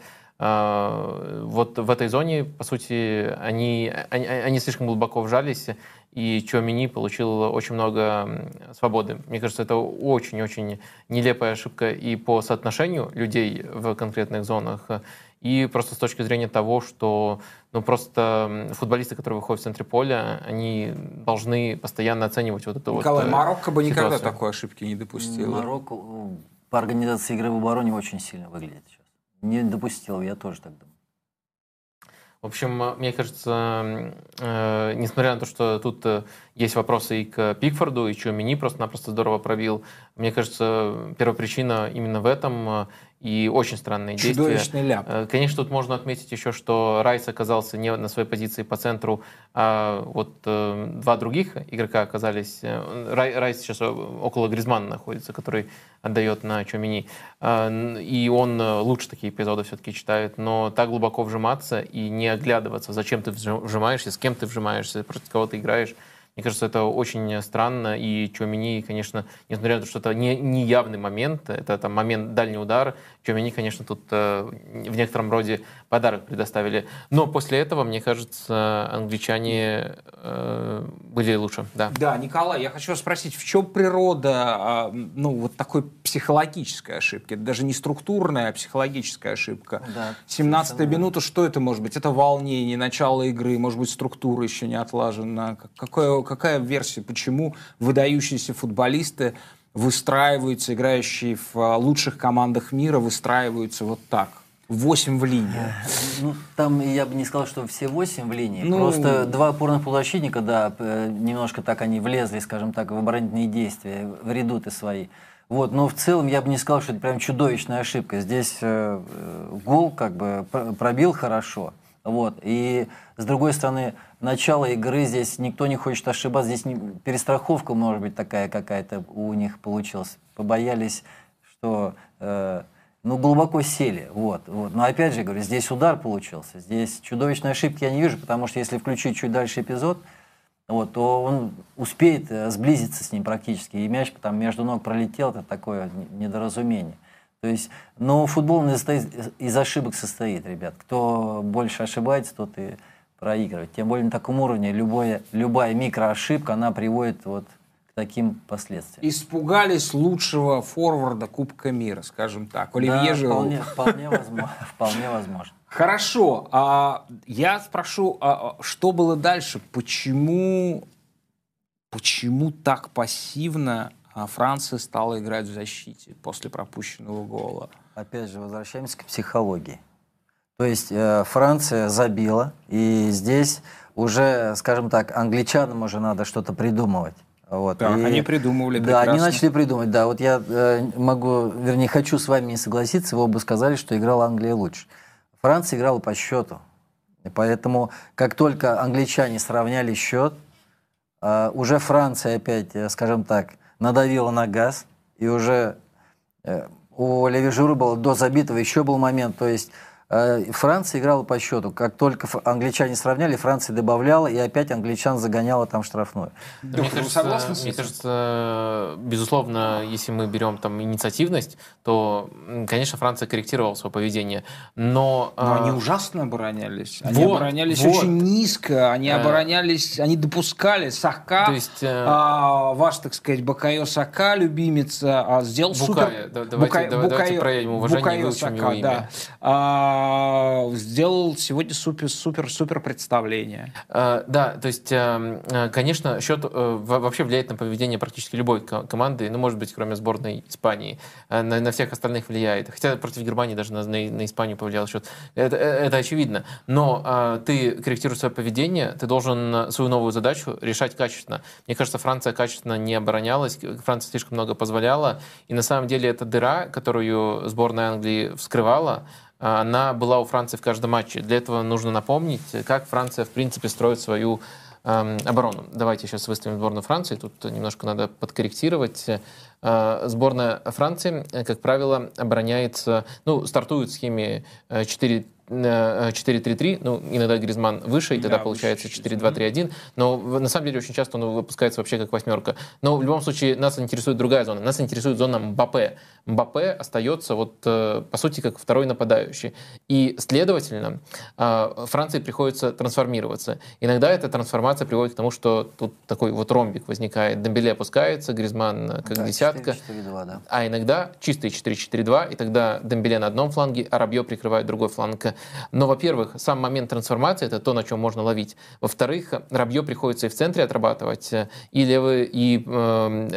Вот в этой зоне, по сути, они, они, они слишком глубоко вжались, и Чуамени получил очень много свободы. Мне кажется, это очень-очень нелепая ошибка и по соотношению людей в конкретных зонах, и просто с точки зрения того, что ну, просто футболисты, которые выходят в центре поля, они должны постоянно оценивать вот эту Николай, вот Марокко бы никогда ситуацию. такой ошибки не допустила. Марокко по организации игры в обороне очень сильно выглядит сейчас. Не допустил, я тоже так думаю. В общем, мне кажется, э, несмотря на то, что тут э, есть вопросы и к Пикфорду, и Чуамени просто-напросто здорово пробил, мне кажется, первопричина именно в этом, э, и очень странные Чудовищный действия. ляп. Э, конечно, тут можно отметить еще, что Райс оказался не на своей позиции по центру, а вот э, два других игрока оказались... Э, Рай, Райс сейчас около Гризманна находится, который отдает на Чуамени. Э, и он лучше такие эпизоды все-таки читает, но так глубоко вжиматься и не оглядываться, зачем ты вжимаешься, с кем ты вжимаешься, против кого ты играешь. Мне кажется, это очень странно, и Чуамени, конечно, несмотря на то, что это не, не явный момент, это там момент дальний удар, Чуамени, конечно, тут э, в некотором роде подарок предоставили. Но после этого, мне кажется, англичане э, были лучше. Да. Да, Николай, я хочу спросить, в чем природа ну, вот такой психологической ошибки? Это даже не структурная, а психологическая ошибка. Да, семнадцатая минута, что это может быть? Это волнение, начало игры, может быть, структура еще не отлажена. Какое, какая версия, почему выдающиеся футболисты выстраиваются, играющие в лучших командах мира, выстраиваются вот так? Восемь в линии. Ну, там я бы не сказал, что все восемь в линии. Ну... Просто два опорных полузащитника, да, немножко так они влезли, скажем так, в оборонительные действия, в редуты свои. Вот, но в целом я бы не сказал, что это прям чудовищная ошибка. Здесь э, гол как бы пробил хорошо. Вот. И с другой стороны, начало игры здесь никто не хочет ошибаться. Здесь не, перестраховка, может быть, такая какая-то у них получилась. Побоялись, что... Э, ну, глубоко сели, вот, вот. Но опять же, говорю, здесь удар получился. Здесь чудовищной ошибки я не вижу, потому что если включить чуть дальше эпизод, вот, то он успеет сблизиться с ним практически. И мяч там между ног пролетел, это такое недоразумение. То есть, но футбол из, из ошибок состоит, ребят. Кто больше ошибается, тот и проигрывает. Тем более на таком уровне любое, любая микроошибка, она приводит вот к таким последствиям. Испугались лучшего форварда Кубка мира, скажем так. Оливье Да, Жиру. вполне, вполне, возможно, вполне возможно. Хорошо. А я спрошу, а что было дальше? Почему, почему так пассивно Франция стала играть в защите после пропущенного гола? Опять же, возвращаемся к психологии. То есть э, Франция забила, и здесь уже, скажем так, англичанам уже надо что-то придумывать. Вот. Так, и, они придумывали Да, прекрасно. они начали придумывать, да. Вот я э, могу, вернее, хочу с вами не согласиться, вы оба сказали, что играла Англия лучше. Франция играла по счету. И поэтому, как только англичане сравняли счет, э, уже Франция опять, э, скажем так, надавила на газ, и уже э, у Оливье Жиру было до забитого еще был момент, то есть Франция играла по счету. Как только англичане сравняли, Франция добавляла, и опять англичан загоняла там в штрафную. Да, мне кажется, мне кажется, безусловно, если мы берем там инициативность, то, конечно, Франция корректировала свое поведение. Но, но а... они ужасно оборонялись. Они вот, оборонялись вот. очень низко. Они а... оборонялись, они допускали. Сака, то есть, а, ваш, так сказать, Букайо Сака, любимец, а, сделал Букайо, супер... да, давайте, Букайо, давайте Букайо, проявим уважение Букайо и выучим Сака, его имя. Да. А, сделал сегодня супер-супер-супер представление. Uh, да, то есть, uh, конечно, счет uh, вообще влияет на поведение практически любой команды, ну, может быть, кроме сборной Испании. Uh, на, на всех остальных влияет. Хотя против Германии даже на, на, на Испанию повлиял счет. Это, это очевидно. Но uh, ты корректируешь свое поведение, ты должен свою новую задачу решать качественно. Мне кажется, Франция качественно не оборонялась, Франция слишком много позволяла. И на самом деле эта дыра, которую сборная Англии вскрывала, она была у Франции в каждом матче. Для этого нужно напомнить, как Франция, в принципе, строит свою э, оборону. Давайте сейчас выставим сборную Франции. Тут немножко надо подкорректировать. Э, сборная Франции, как правило, обороняется, ну, стартует в схеме четыре три три, ну, иногда Гризманн выше, и тогда да, получается четыре два три один, но на самом деле очень часто он выпускается вообще как восьмерка. Но в любом случае нас интересует другая зона, нас интересует зона Мбаппе. Мбаппе остается вот, по сути, как второй нападающий. И, следовательно, Франции приходится трансформироваться. Иногда эта трансформация приводит к тому, что тут такой вот ромбик возникает. Дембеле опускается, Гризманн как да, десятка. четыре четыре два, да. А иногда чистый четыре четыре два, и тогда Дембеле на одном фланге, а Рабье прикрывает другой фланг. Но, во-первых, сам момент трансформации — это то, на чем можно ловить. Во-вторых, Рабье приходится и в центре отрабатывать, и левый, и, э,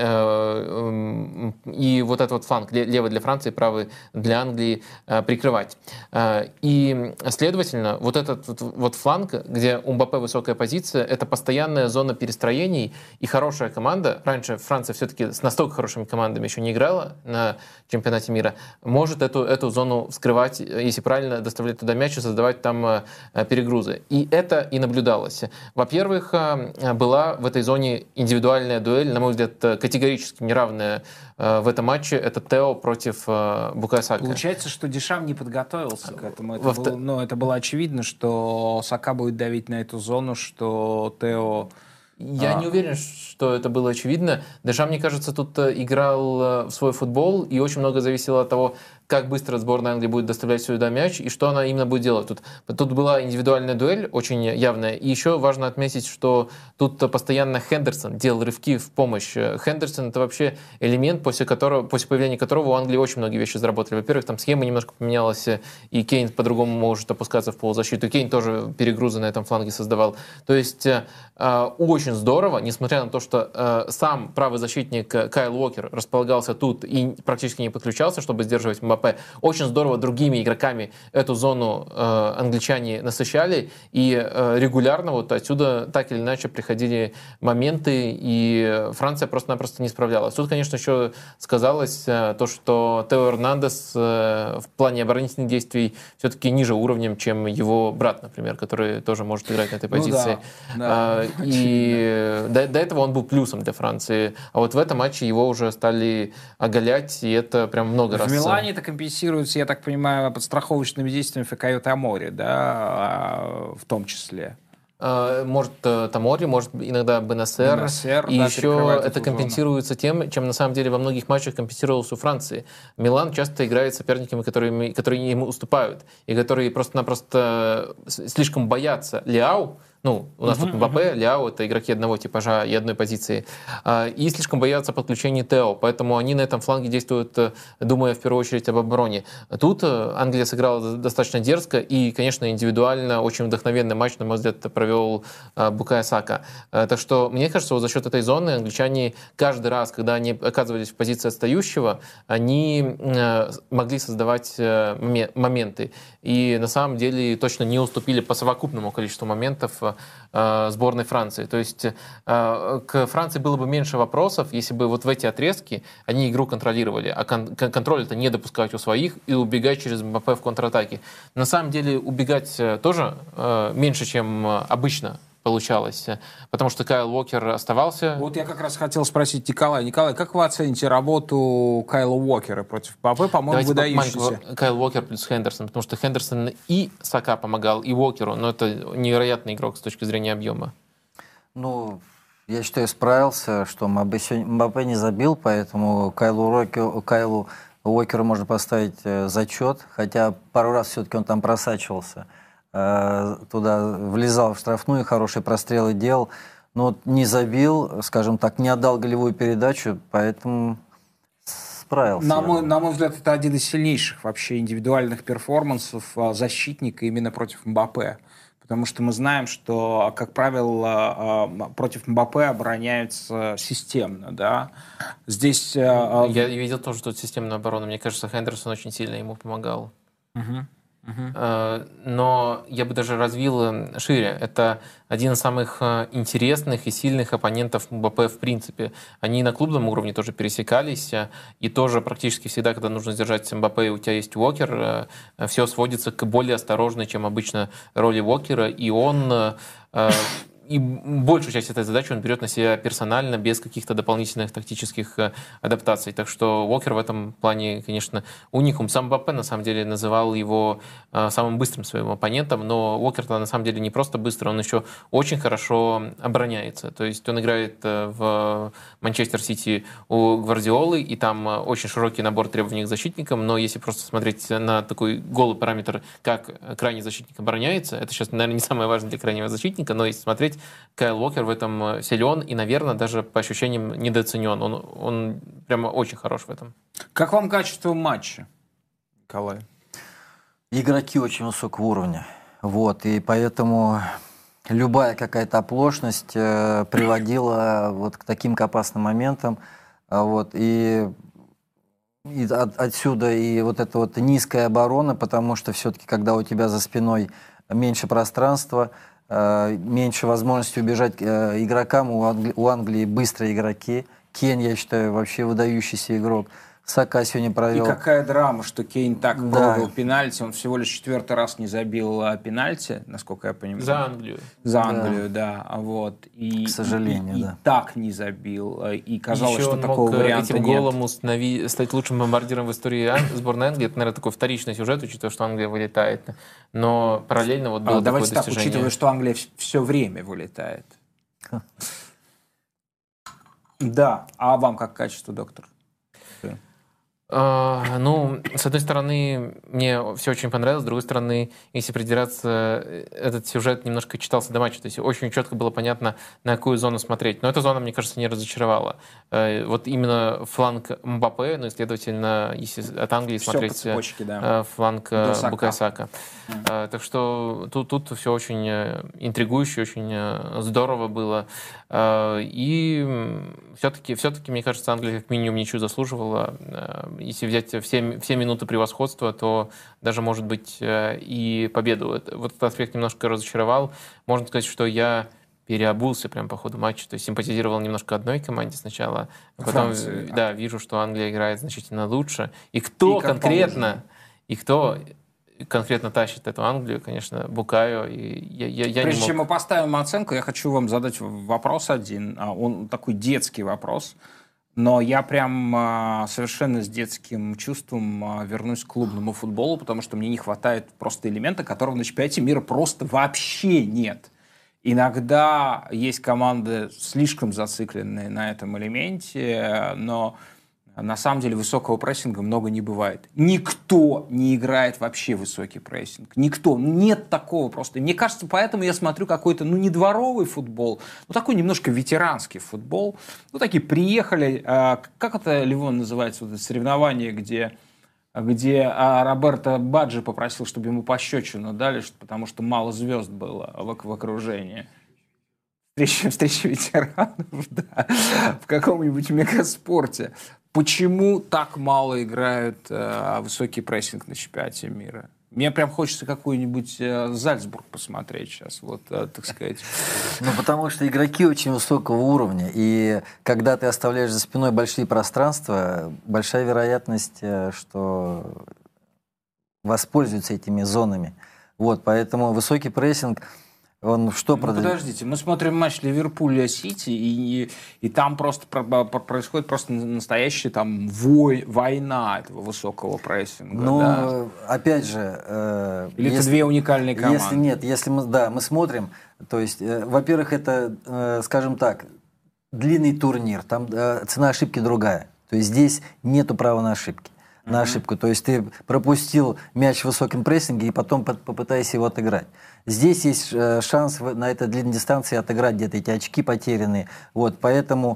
э, и вот этот вот фланг, левый для Франции, правый для Англии, э, прикрывать. Э, и, следовательно, вот этот вот, вот фланг, где у Мбаппе высокая позиция, это постоянная зона перестроений, и хорошая команда, раньше Франция все-таки с настолько хорошими командами еще не играла на чемпионате мира, может эту, эту зону вскрывать, если правильно доставлять туда мяч и создавать там э, перегрузы. И это и наблюдалось. Во-первых, э, была в этой зоне индивидуальная дуэль, на мой взгляд, категорически неравная э, в этом матче. Это Тео против э, Букайо Сака. Получается, что Дешам не подготовился к этому. Это, Во было, ну, это было очевидно, что Сака будет давить на эту зону, что Тео... Я а... не уверен, что это было очевидно. Дешам, мне кажется, тут играл в свой футбол, и очень много зависело от того, как быстро сборная Англии будет доставлять сюда мяч, и что она именно будет делать. Тут, тут была индивидуальная дуэль, очень явная. И еще важно отметить, что тут постоянно Хендерсон делал рывки в помощь. Хендерсон — это вообще элемент, после, которого, после появления которого у Англии очень многие вещи заработали. Во-первых, там схема немножко поменялась, и Кейн по-другому может опускаться в полузащиту. Кейн тоже перегрузы на этом фланге создавал. То есть э, очень здорово, несмотря на то, что э, сам правый защитник Кайл Уокер располагался тут и практически не подключался, чтобы сдерживать Мбаппе. Очень здорово другими игроками эту зону э, англичане насыщали, и э, регулярно вот отсюда так или иначе приходили моменты, и Франция просто-напросто не справлялась. Тут, конечно, еще сказалось э, то, что Тео Эрнандес э, в плане оборонительных действий все-таки ниже уровнем, чем его брат, например, который тоже может играть на этой позиции. Ну, да, да, э, и до, до этого он был плюсом для Франции, а вот в этом матче его уже стали оголять, и это прям много в раз. В Милане это компенсируется, я так понимаю, подстраховочными действиями Фикаё Томори, да, в том числе. Может Томори, может иногда Бенасер. Бенасер, и да, еще это компенсируется тем, чем на самом деле во многих матчах компенсировалось у Франции. Милан часто играет с соперниками, которые, которые ему уступают, и которые просто-напросто слишком боятся Лиау, Ну, у нас uh-huh, тут Мбаппе, uh-huh. Ляо — это игроки одного типажа и одной позиции. И слишком боятся подключения Тео, поэтому они на этом фланге действуют, думая в первую очередь об обороне. Тут Англия сыграла достаточно дерзко, и, конечно, индивидуально очень вдохновенный матч, на мой взгляд, провел Букайо Сака. Так что, мне кажется, вот за счет этой зоны англичане каждый раз, когда они оказывались в позиции отстающего, они могли создавать моменты. И на самом деле точно не уступили по совокупному количеству моментов э, сборной Франции. То есть э, к Франции было бы меньше вопросов, если бы вот в эти отрезки они игру контролировали. А кон- контроль — это не допускать у своих и убегать через МБАППе в контратаке. На самом деле убегать тоже э, меньше, чем обычно получалось, потому что Кайл Уокер оставался. Вот я как раз хотел спросить Николая. Николай, как вы оцените работу Кайла Уокера против Мбаппе? По-моему, выдающийся. Кайл Уокер плюс Хендерсон, потому что Хендерсон и Сака помогал, и Уокеру, но это невероятный игрок с точки зрения объема. Ну, я считаю, справился, что Мбаппе не забил, поэтому Кайлу Уокеру, Кайлу Уокеру можно поставить зачет, хотя пару раз все-таки он там просачивался. Туда влезал в штрафную, хорошие прострелы делал, но не забил, скажем так, не отдал голевую передачу, поэтому справился. На мой, на мой взгляд, это один из сильнейших вообще индивидуальных перформансов защитника именно против Мбаппе. Потому что мы знаем, что, как правило, против Мбаппе обороняются системно. Да? Здесь... Я видел тоже, что это системная оборона. Мне кажется, Хендерсон очень сильно ему помогал. Угу. Uh-huh. Но я бы даже развил шире. Это один из самых интересных и сильных оппонентов Мбаппе в принципе. Они на клубном уровне тоже пересекались, и тоже практически всегда, когда нужно сдержать Мбаппе, и у тебя есть Уокер, все сводится к более осторожной, чем обычно, роли Уокера, и он... И большую часть этой задачи он берет на себя персонально, без каких-то дополнительных тактических адаптаций. Так что Уокер в этом плане, конечно, уникум. Сам Мбаппе, на самом деле, называл его самым быстрым своим оппонентом, но Уокер на самом деле не просто быстро, он еще очень хорошо обороняется. То есть он играет в Манчестер Сити у Гвардиолы, и там очень широкий набор требований к защитникам, но если просто смотреть на такой голый параметр, как крайний защитник обороняется, это сейчас, наверное, не самое важное для крайнего защитника, но если смотреть, Кайл Уокер в этом силен и, наверное, даже по ощущениям недооценен. Он, он прямо очень хорош в этом. Как вам качество матча, Николай? Игроки очень высокого уровня. Вот, и поэтому любая какая-то оплошность э, приводила вот к таким к опасным моментам. Вот, и и от, отсюда и вот эта вот низкая оборона, потому что все-таки, когда у тебя за спиной меньше пространства, меньше возможности убежать игрокам. У Англии, у Англии быстрые игроки. Кейн, я считаю, вообще выдающийся игрок. Сака сегодня провел. И какая драма, что Кейн так да. пробил пенальти. Он всего лишь четвертый раз не забил пенальти, насколько я понимаю. За Англию. За Англию, да. да. Вот. И, К сожалению, и, да. И так не забил. И казалось, еще что он такого мог варианта этим нет. голом установи, стать лучшим бомбардиром в истории Ан... сборной Англии. Это, наверное, такой вторичный сюжет, учитывая, что Англия вылетает. Но параллельно вот было а, такое давайте достижение. Так, учитывая, что Англия все время вылетает. Да. А вам как качество, доктор? Uh, ну, с одной стороны, мне все очень понравилось, с другой стороны, если придираться, этот сюжет немножко читался до матча, то есть очень четко было понятно, на какую зону смотреть. Но эта зона, мне кажется, не разочаровала. Uh, вот именно фланг Мбаппе, ну и, следовательно, если от Англии все смотреть, цепочке, да. фланг Букайо Сака. Mm. Uh, так что тут, тут все очень интригующе, очень здорово было. Uh, и все-таки, все-таки, мне кажется, Англия как минимум ничего заслуживала. Если взять все, все минуты превосходства, то даже, может быть, и победу. Вот этот аспект немножко разочаровал. Можно сказать, что я переобулся прямо по ходу матча. То есть симпатизировал немножко одной команде сначала, а потом Франции, да, да, вижу, что Англия играет значительно лучше. И кто и конкретно, и кто конкретно тащит эту Англию, конечно, Букайо. И я, я, я Прежде не мог... чем мы поставим оценку, я хочу вам задать вопрос один. Он такой детский вопрос. Но я прям а, совершенно с детским чувством а, вернусь к клубному футболу, потому что мне не хватает просто элемента, которого на чемпионате мира просто вообще нет. Иногда есть команды слишком зацикленные на этом элементе, но На самом деле высокого прессинга много не бывает. Никто не играет вообще высокий прессинг. Никто. Нет такого просто. Мне кажется, поэтому я смотрю какой-то, ну, не дворовый футбол, но такой немножко ветеранский футбол. Ну, такие приехали, а, как это, Ливон, называется, вот это соревнование, где, где а, Роберто Баджи попросил, чтобы ему пощечину дали, потому что мало звезд было в, в окружении. Встреча, встреча ветеранов, да, в каком-нибудь мегаспорте. Почему так мало играют э, высокий прессинг на чемпионате мира? Мне прям хочется какой-нибудь э, Зальцбург посмотреть сейчас, вот, э, так сказать. Ну, потому что игроки очень высокого уровня, и когда ты оставляешь за спиной большие пространства, большая вероятность, э, что воспользуются этими зонами. Вот, поэтому высокий прессинг, он что ну, продает? Подождите, мы смотрим матч Ливерпуля-Сити, и, и, и там просто про, про, происходит просто настоящая там вой, война этого высокого прессинга. Ну, да? опять же... Э, Или если, это две уникальные команды? Если нет, если мы, да, мы смотрим, то есть, э, во-первых, это, э, скажем так, длинный турнир, там э, цена ошибки другая. То есть здесь нету права на ошибки. На ошибку. То есть ты пропустил мяч в высоком прессинге и потом попытайся его отыграть. Здесь есть шанс на этой длинной дистанции отыграть где-то эти очки потерянные. Вот, поэтому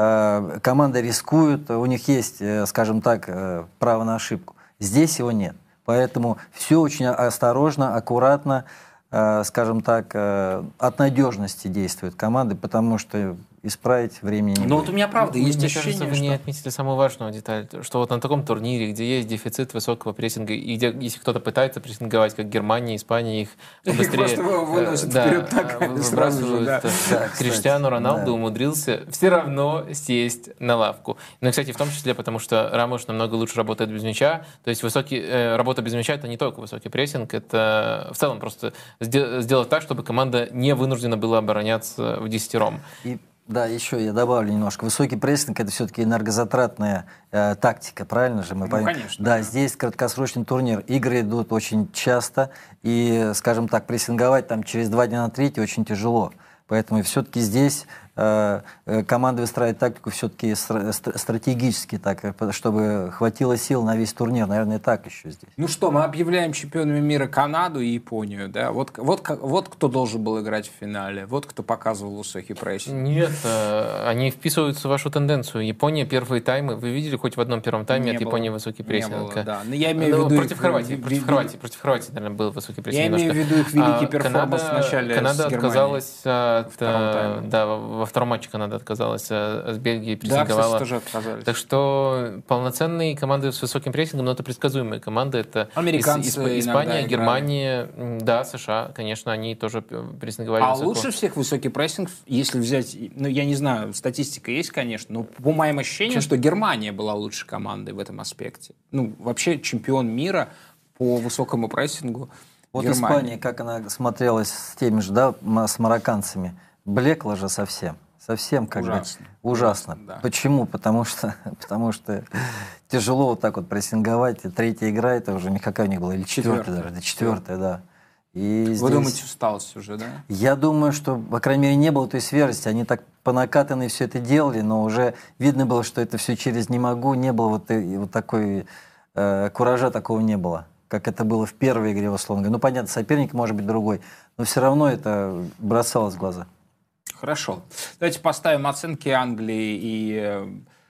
э, команда рискует, у них есть, э, скажем так, э, право на ошибку. Здесь его нет. Поэтому все очень осторожно, аккуратно, э, скажем так, э, от надежности действуют команды, потому что исправить времени не Ну будет. вот у меня правда Мне есть кажется, ощущение, вы что... не отметили самую важную деталь, что вот на таком турнире, где есть дефицит высокого прессинга, и где, если кто-то пытается прессинговать, как Германия, Испания, их быстрее... Просто выносят да, вперед так, выбрасывают. да. Да, Криштиану Роналду да. умудрился все равно сесть на лавку. Ну и, кстати, в том числе, потому что Рамош намного лучше работает без мяча. То есть высокий, э, работа без мяча — это не только высокий прессинг, это в целом просто сделать так, чтобы команда не вынуждена была обороняться в десятером. И да, еще я добавлю немножко. Высокий прессинг — это все-таки энергозатратная э, тактика, правильно же? Мы ну, поймем? конечно. Да, Да, здесь краткосрочный турнир. Игры идут очень часто, и, скажем так, прессинговать там через два дня на третий очень тяжело. Поэтому все-таки здесь э, команда выстраивает тактику все-таки стра- стратегически, так, чтобы хватило сил на весь турнир. Наверное, так еще здесь. Ну что, мы объявляем чемпионами мира Канаду и Японию, да? Вот, вот, вот кто должен был играть в финале, вот кто показывал высокий прессинг. Нет, они вписываются в вашу тенденцию. Япония, первые таймы. Вы видели хоть в одном первом тайме Не от было. Японии высокий прессинг? Не было, да. Но я имею Ну, в виду... против их, Хорватии, ви- против ви- Хорватии, против Хорватии, наверное, был высокий прессинг. Я имею в немножко. виду их великий А, перформанс Канада, в начале Канада с Германией. отказалась от... втором тайме. Да, во втором матче Канада отказалась, а с Бельгией Да, кстати, прессинговала. тоже отказались. Так что полноценные команды с высоким прессингом, но это предсказуемые команды. Это Американцы Ис- Исп- иногда Испания, играли. Германия, м, да, США, конечно, они тоже прессинговали А высоко. лучше всех высокий прессинг, если взять, ну, я не знаю, статистика есть, конечно, но по моим ощущениям, что Германия была лучшей командой в этом аспекте. Ну, вообще чемпион мира по высокому прессингу. Вот Германия. Испания, как она смотрелась с теми же, да, м- с марокканцами, блекла же совсем. Совсем как Ужасно. бы ужасно. Ужасно, да. Почему? Потому что, потому что тяжело вот так вот прессинговать. И третья игра это уже никакая у них была, или четвертая, Четвертая. даже, да, четвертая, да. И Вы здесь... думаете, усталость уже, да? Я думаю, что, по крайней мере, не было той свежести. Они так по накатанной все это делали, но уже видно было, что это все через «не могу». Не было вот, и- вот такой э, куража, такого не было, как это было в первой игре, условно говоря. Ну, понятно, соперник может быть другой, но все равно это бросалось в глаза. Хорошо. Давайте поставим оценки Англии и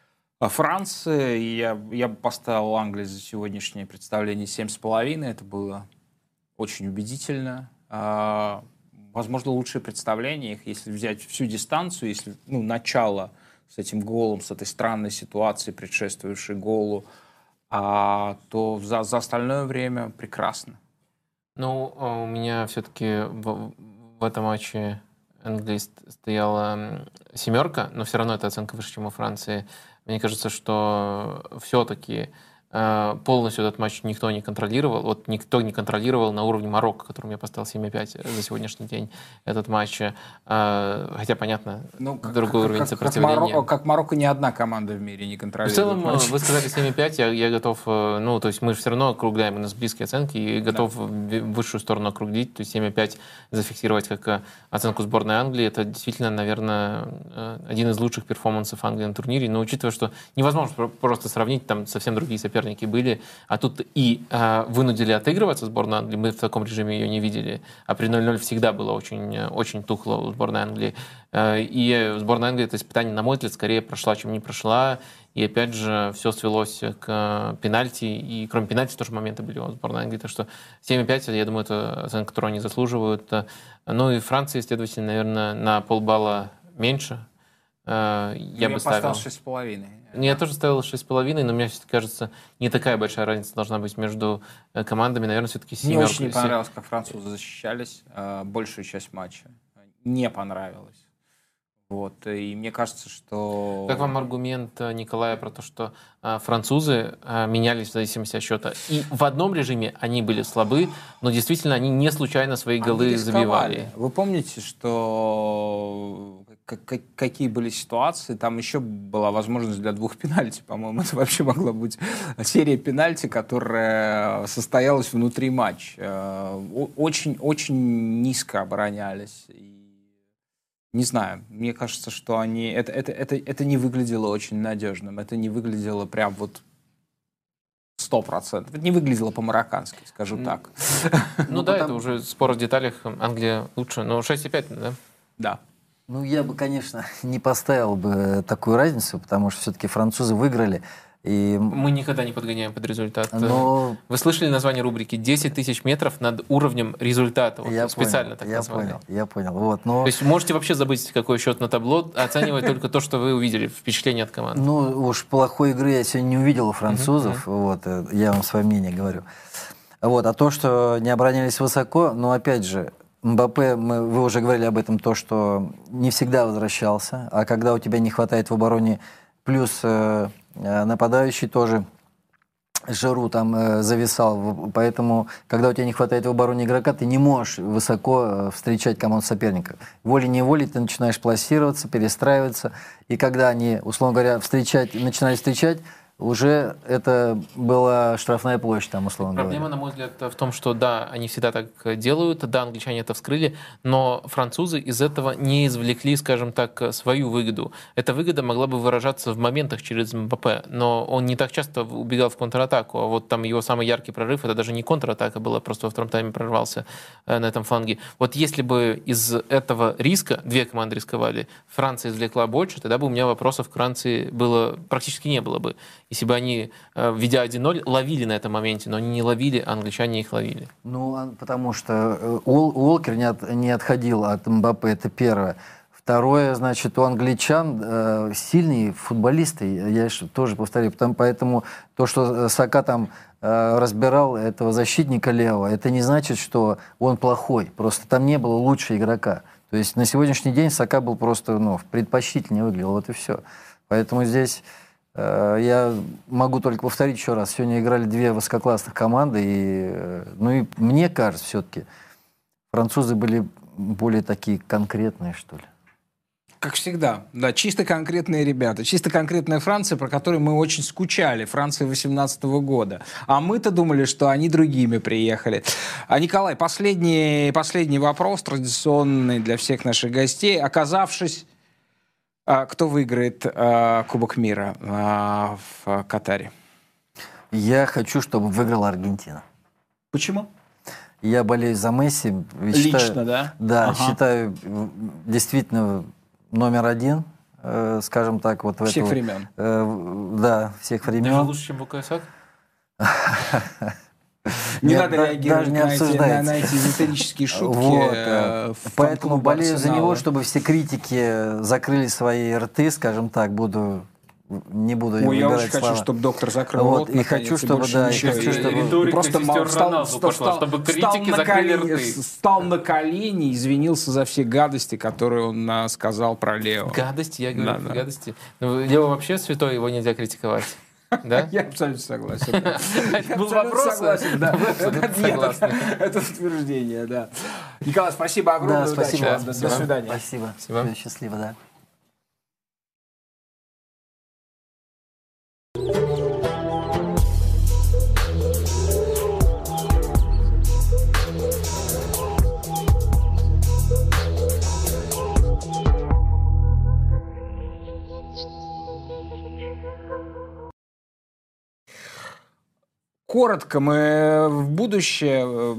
э, Франции. Я, я бы поставил Англии за сегодняшнее представление семь с половиной. Это было очень убедительно. А, возможно, лучшее представление их, если взять всю дистанцию, если ну, начало с этим голом, с этой странной ситуацией, предшествующей голу, а, то за, за остальное время прекрасно. Ну, у меня все-таки в, в этом матче Англии стояла семерка, но все равно эта оценка выше, чем у Франции. Мне кажется, что все-таки полностью этот матч никто не контролировал. Вот никто не контролировал на уровне Марокко, которому я поставил семь и пять за сегодняшний день этот матч. Хотя, понятно, ну, другой как, уровень как, сопротивления. Как Марокко, как Марокко ни одна команда в мире не контролирует. В целом, матч. вы сказали семь и пять, я, я готов, ну, то есть мы все равно округляем, у нас близкие оценки, и готов да. в высшую сторону округлить, то есть семь и пять зафиксировать как оценку сборной Англии. Это действительно, наверное, один из лучших перформансов Англии на турнире, но учитывая, что невозможно просто сравнить, там совсем другие соперники были, а тут и э, вынудили отыгрываться сборную Англии, мы в таком режиме ее не видели, а при ноль ноль всегда было очень, очень тухло у сборной Англии. Э, и сборная Англии это испытание, на мой взгляд, скорее прошла, чем не прошла, и опять же все свелось к пенальти, и кроме пенальти тоже моменты были у сборной Англии, так что семь и пять, я думаю, это оценка, которую они заслуживают. Ну и Франция, следовательно, наверное, на полбалла меньше. Я, я бы ставил шесть с половиной. Я тоже ставил шесть с половиной, но мне все-таки кажется, не такая большая разница должна быть между командами. Наверное, все-таки семерка. Мне очень не понравилось, как французы защищались большую часть матча. Не понравилось. Вот. И мне кажется, что... Как вам аргумент Николая про то, что французы менялись в зависимости от счета? И в одном режиме они были слабы, но действительно они не случайно свои голы забивали. Вы помните, что какие были ситуации? Там еще была возможность для двух пенальти, по-моему. Это вообще могла быть серия пенальти, которая состоялась внутри матча. Очень-очень низко оборонялись. Не знаю, мне кажется, что они... Это, это, это, это не выглядело очень надежным. Это не выглядело прям вот сто процентов. Это не выглядело по-мароккански, скажу ну, так. Ну, ну да, это уже спор в деталях. Англия лучше. Но шесть и пять, да? Да. Ну, я бы, конечно, не поставил бы такую разницу, потому что все-таки французы выиграли. И... Мы никогда не подгоняем под результат. Но... Вы слышали название рубрики «десять тысяч метров над уровнем результата»? Вот я специально понял, так я назвали. Понял, я понял. Вот, но... То есть можете вообще забыть, какой счет на табло, оценивать только то, что вы увидели, впечатление от команды. Ну, уж плохой игры я сегодня не увидел у французов. Uh-huh. Вот, я вам свое мнение говорю. Вот, а то, что не оборонялись высоко, но опять же, Мбаппе, мы, вы уже говорили об этом, то, что не всегда возвращался, а когда у тебя не хватает в обороне, плюс э, нападающий тоже, Жиру там э, зависал, поэтому, когда у тебя не хватает в обороне игрока, ты не можешь высоко э, встречать команду соперника. Волей-неволей ты начинаешь пласироваться, перестраиваться, и когда они, условно говоря, встречать, начинали встречать, уже это была штрафная площадь, там, условно говоря. Проблема, на мой взгляд, в том, что да, они всегда так делают, да, англичане это вскрыли, но французы из этого не извлекли, скажем так, свою выгоду. Эта выгода могла бы выражаться в моментах через Мбаппе, но он не так часто убегал в контратаку, а вот там его самый яркий прорыв, это даже не контратака была, просто во втором тайме прорвался на этом фланге. Вот если бы из этого риска, две команды рисковали, Франция извлекла больше, тогда бы у меня вопросов к Франции было практически не было бы. Если бы они, ведя один ноль, ловили на этом моменте, но они не ловили, а англичане их ловили. Ну, потому что Уолкер не, от, не отходил от Мбаппе, это первое. Второе, значит, у англичан э, сильные футболисты, я тоже повторю, потому, поэтому то, что Сака там э, разбирал этого защитника левого, это не значит, что он плохой, просто там не было лучшего игрока. То есть на сегодняшний день Сака был просто, ну, предпочтительнее выглядел, вот и все. Поэтому здесь... Я могу только повторить еще раз. Сегодня играли две высококлассных команды. И, ну и мне кажется, все-таки французы были более такие конкретные, что ли. Как всегда. Да, чисто конкретные ребята. Чисто конкретная Франция, про которую мы очень скучали. Франция восемнадцатого года. А мы-то думали, что они другими приехали. А, Николай, последний, последний вопрос, традиционный для всех наших гостей. Оказавшись... Кто выиграет э, Кубок мира э, в Катаре? Я хочу, чтобы выиграла Аргентина. Почему? Я болею за Месси. Лично, считаю, да? Да, ага. считаю действительно номер один, э, скажем так. Вот всех этого, времен. Э, да, всех времен. Даже лучше, чем Букайсак? Не Нет, надо да, реагировать не на, эти, на, на эти эзотерические шутки. Вот, э, поэтому болею за него, чтобы все критики закрыли свои рты, скажем так, буду... Не буду Ой, я очень слова. хочу, чтобы доктор закрыл вот, рот. И хочу, чтобы, да, и хочу, чтобы... Риторика просто сестер стал, Роналду стал, пошла, стал, чтобы критики стал закрыли колени, рты. Стал на колени и извинился за все гадости, которые он а, сказал про Лео. Гадости? Я говорю, да, да. гадости. Ну, Лео вообще святой, его нельзя критиковать. Да? Я абсолютно согласен. Это был вопрос? Согласен, да. Вы абсолютно согласны. Это утверждение, да. Николай, спасибо огромное. Да, Удачи спасибо. вам. До свидания. Спасибо. Спасибо. Счастливо, да. Коротко мы в будущее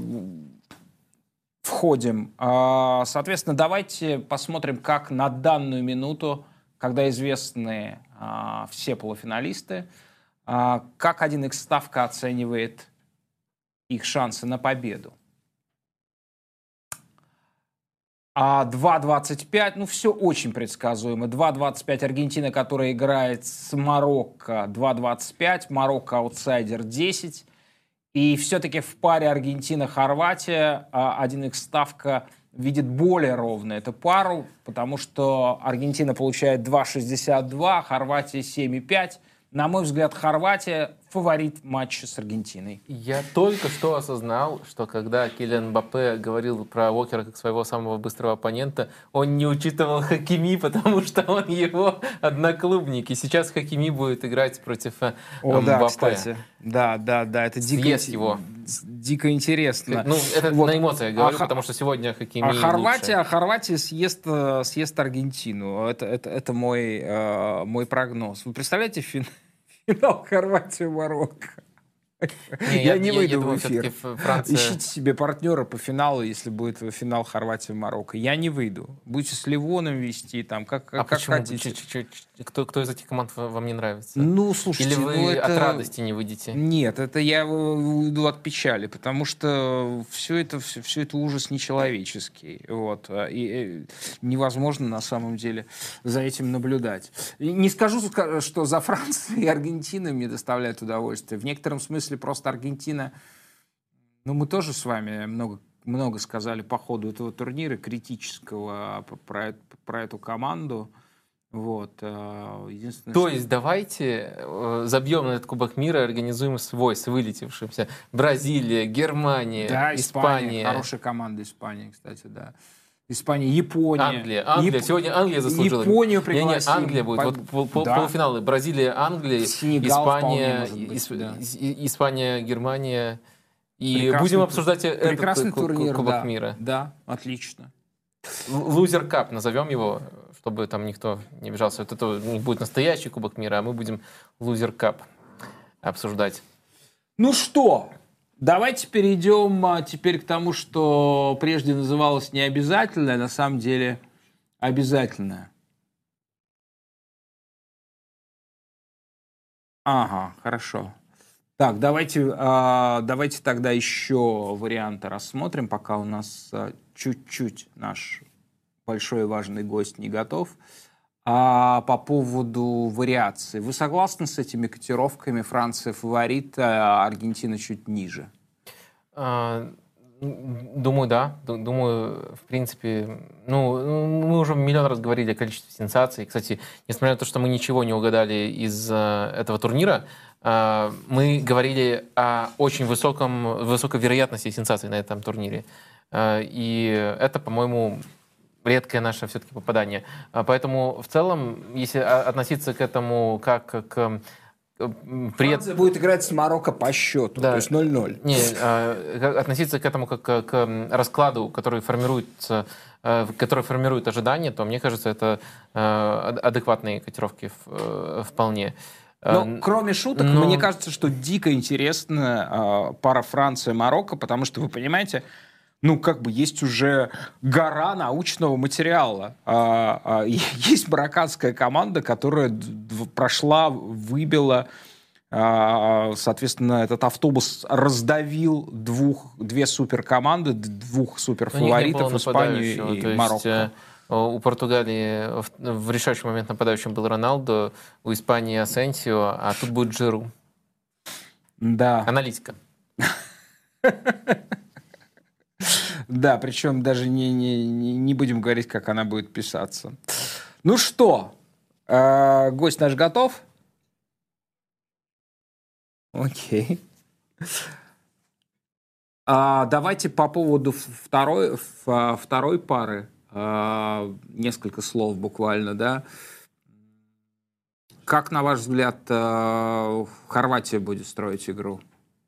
входим. Соответственно, давайте посмотрим, как на данную минуту, когда известны все полуфиналисты, как один икс ставка оценивает их шансы на победу. А два двадцать пять, ну все очень предсказуемо. два двадцать пять Аргентина, которая играет с Марокко, два двадцать пять. Марокко аутсайдер десять. И все-таки в паре Аргентина-Хорватия один икс ставка видит более ровно эту пару, потому что Аргентина получает два шестьдесят два, Хорватия семь и пять. На мой взгляд, Хорватия фаворит матча с Аргентиной. Я только что осознал, что когда Килиан Мбаппе говорил про Уокера как своего самого быстрого оппонента, он не учитывал Хакими, потому что он его одноклубник. И сейчас Хакими будет играть против О, Мбаппе. Да, кстати. Да, да, да. Это дико, Съест его. Дико интересно. Ну, это вот. На эмоциях говорю, а, потому что сегодня Хакими а Хорватия, лучше. А Хорватия съест, съест Аргентину. Это, это, это мой, э, мой прогноз. Вы представляете фин, финал Хорватия-Марокко? Не, я, я я не я, выйду я думаю, в эфир. Франция... Ищите себе партнера по финалу, если будет финал Хорватия-Марокко. Я не выйду. Будете с Ливоном вести, там, как, а как почему? хотите. Ч -ч -ч кто, кто из этих команд вам не нравится? Ну, слушайте, Или вы ну, это... от радости не выйдете? Нет, это я уйду от печали, потому что все это, все, все это ужас нечеловеческий. Вот. И, и невозможно на самом деле за этим наблюдать. И не скажу, что за Францию и Аргентину мне доставляет удовольствие. В некотором смысле просто Аргентина... Ну, мы тоже с вами много, много сказали по ходу этого турнира критического про, про эту команду. Вот. Единственное, То что... есть давайте э, забьем на этот Кубок мира и организуем свой с вылетевшимся. Бразилия, Германия, да, Испания. Испания. Хорошая команда Испания, кстати, да. Испания, Япония. Англия. Англия. Яп... Сегодня Англия заслужила. Японию пригласили. Не, не, Англия будет. По... Вот пол, пол, да. полуфиналы. Бразилия, Англия, Сенегал Испания, быть, Ис... да. Испания, Германия. И прекрасный, будем обсуждать прекрасный этот турнир, Кубок да. мира. Да, отлично. Лузер Кап, назовем его, чтобы там никто не обижался. Вот это не будет настоящий Кубок мира, а мы будем Лузер Кап обсуждать. Ну что, давайте перейдем а, теперь к тому, что прежде называлось необязательное, на самом деле обязательное. Ага, хорошо. Так, давайте, а, давайте тогда еще варианты рассмотрим, пока у нас а, чуть-чуть наш большой и важный гость не готов. А по поводу вариаций. Вы согласны с этими котировками? Франция фаворит, а Аргентина чуть ниже? А, думаю, да. Думаю, в принципе... Ну, мы уже миллион раз говорили о количестве сенсаций. Кстати, несмотря на то, что мы ничего не угадали из этого турнира, мы говорили о очень высоком, высокой вероятности сенсаций на этом турнире. И это, по-моему, редкое наше все-таки попадание. Поэтому в целом, если относиться к этому как к... Франция будет играть с Марокко по счету, да. То есть ноль ноль. Не, относиться к этому как к раскладу, который формируется, который формирует ожидания, то, мне кажется, это адекватные котировки вполне. Но, кроме шуток, Но... мне кажется, что дико интересна э, пара Франция-Марокко, потому что, вы понимаете, ну, как бы есть уже гора научного материала. Э, э, есть марокканская команда, которая прошла, выбила, э, соответственно, этот автобус раздавил двух, две суперкоманды, двух суперфаворитов, Испанию и Марокко. У Португалии в, в решающий момент нападающим был Роналдо, у Испании Асенсио, а тут будет Джиру. Да. Аналитика. Да, причем даже не, не, не будем говорить, как она будет писаться. Ну что, гость наш готов? Окей. А, давайте по поводу второй, второй пары. А, несколько слов буквально, да. Как, на ваш взгляд, Хорватия будет строить игру?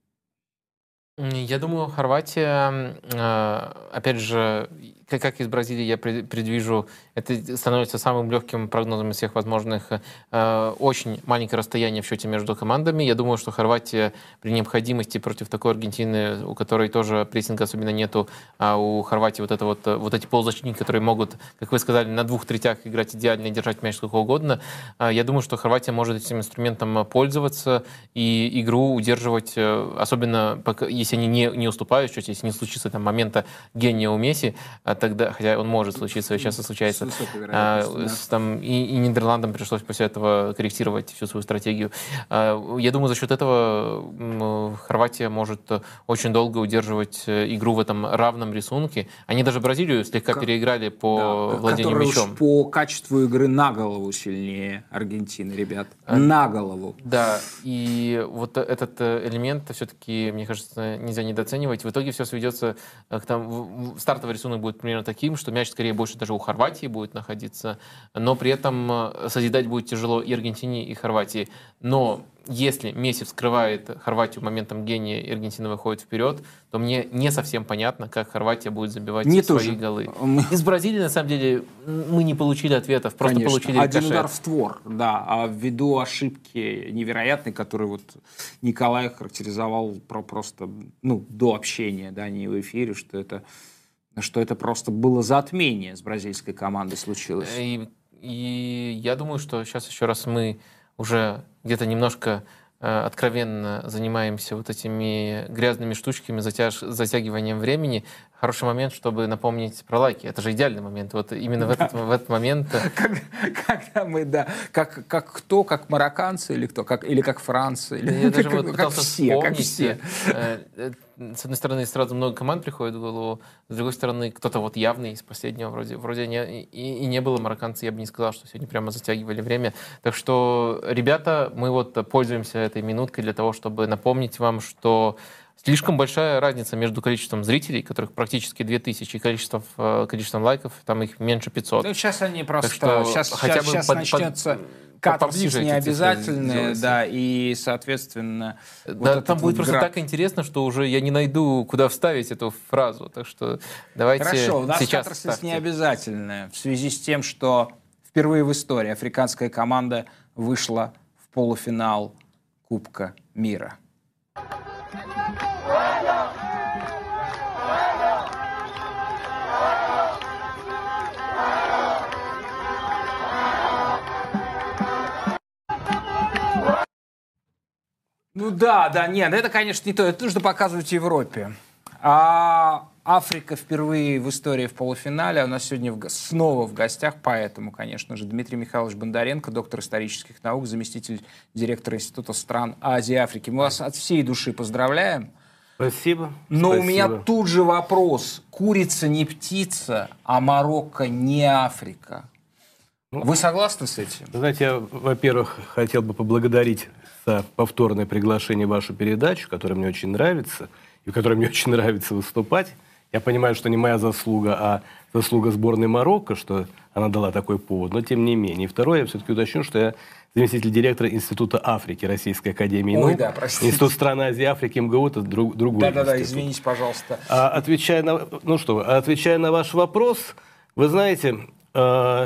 Я думаю, Хорватия, опять же, как из Бразилии я предвижу, это становится самым легким прогнозом из всех возможных. Очень маленькое расстояние в счете между командами. Я думаю, что Хорватия при необходимости против такой Аргентины, у которой тоже прессинга особенно нету, а у Хорватии вот, это вот, вот эти полузащитники, которые могут, как вы сказали, на двух третях играть идеально и держать мяч сколько угодно, я думаю, что Хорватия может этим инструментом пользоваться и игру удерживать, особенно если они не, не уступают в счете, если не случится там момента гения у Месси, тогда, хотя он может случиться, часто случается, а, да. с, там, и, и Нидерландам пришлось после этого корректировать всю свою стратегию. А, я думаю, за счет этого Хорватия может очень долго удерживать игру в этом равном рисунке. Они даже Бразилию слегка как, переиграли по да, владению мячом. Уж по качеству игры на голову сильнее Аргентины, ребят. А, на голову. Да, и вот этот элемент все-таки, мне кажется, нельзя недооценивать. В итоге все сведется к тому, стартовый рисунок будет примерно таким, что мяч скорее больше даже у Хорватии будет находиться, но при этом созидать будет тяжело и Аргентине, и Хорватии. Но если Месси вскрывает Хорватию моментом гения, и Аргентина выходит вперед, то мне не совсем понятно, как Хорватия будет забивать не свои тоже. голы. Из Бразилии, на самом деле, мы не получили ответов, просто Конечно. получили Один рикошет. удар в створ, да, а ввиду ошибки невероятной, которую вот Николай характеризовал про просто, ну, до общения, да, не в эфире, что это, что это просто было затмение с бразильской командой случилось. И, и я думаю, что сейчас еще раз мы уже где-то немножко э, откровенно занимаемся вот этими грязными штучками, затяж, затягиванием времени. Хороший момент, чтобы напомнить про лайки. Это же идеальный момент. Вот именно в этот, в этот момент... Когда мы, да, как, как кто, как марокканцы или кто, как, или как Франция, или Я даже вот как, пытался как все, как вспомнить. все. С одной стороны, сразу много команд приходит в голову, с другой стороны, кто-то вот явный из последнего вроде, вроде не, и, и не было марокканцев, я бы не сказал, что сегодня прямо затягивали время. Так что, ребята, мы вот пользуемся этой минуткой для того, чтобы напомнить вам, что слишком большая разница между количеством зрителей, которых практически две тысячи, и количеством, количеством лайков, там их меньше пятисот. Ну, сейчас они просто... что сейчас хотя сейчас, бы сейчас под, начнется... Под... Катарсис необязательные, да, и, соответственно... Да, вот там будет вот просто град. так интересно, что уже я не найду, куда вставить эту фразу. Так что давайте Хорошо, у нас сейчас катарсис ставьте. необязательное в связи с тем, что впервые в истории африканская команда вышла в полуфинал Кубка мира. Ну да, да, нет, это, конечно, не то. Это нужно показывать в Европе. А Африка впервые в истории в полуфинале. У нас сегодня в, снова в гостях, поэтому, конечно же, Дмитрий Михайлович Бондаренко, доктор исторических наук, заместитель директора Института стран Азии и Африки. Мы вас от всей души поздравляем. Спасибо. Но Спасибо. У меня тут же вопрос. Курица не птица, а Марокко не Африка. Ну, вы согласны с этим? Знаете, я, во-первых, хотел бы поблагодарить за повторное приглашение в вашу передачу, которая мне очень нравится, и в которой мне очень нравится выступать. Я понимаю, что не моя заслуга, а заслуга сборной Марокко, что она дала такой повод, но тем не менее. И второе, я все-таки уточню, что я заместитель директора Института Африки Российской академии наук. Ой, да, простите. Институт стран Азии и Африки МГУ — это друг, другой Да-да-да, институт. извините, пожалуйста. А, отвечая на, ну что, отвечая на ваш вопрос, вы знаете, э,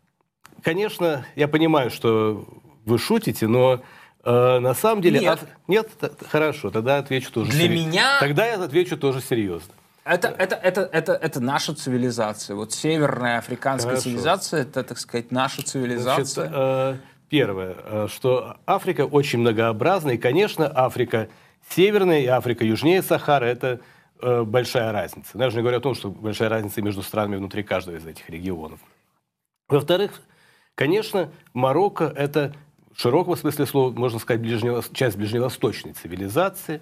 конечно, я понимаю, что вы шутите, но э, на самом деле... Нет. Аф... Нет? Хорошо, тогда отвечу тоже Для серьезно. меня... Тогда я отвечу тоже серьезно. Это, это, это, это, это наша цивилизация. Вот северная африканская Хорошо. цивилизация, это, так сказать, наша цивилизация. Значит, э, первое, э, что Африка очень многообразна, и, конечно, Африка северная и Африка южнее Сахары — это э, большая разница. Даже не говоря о том, что большая разница между странами внутри каждого из этих регионов. Во-вторых, конечно, Марокко — это в широком смысле слова, можно сказать, ближнего, часть ближневосточной цивилизации,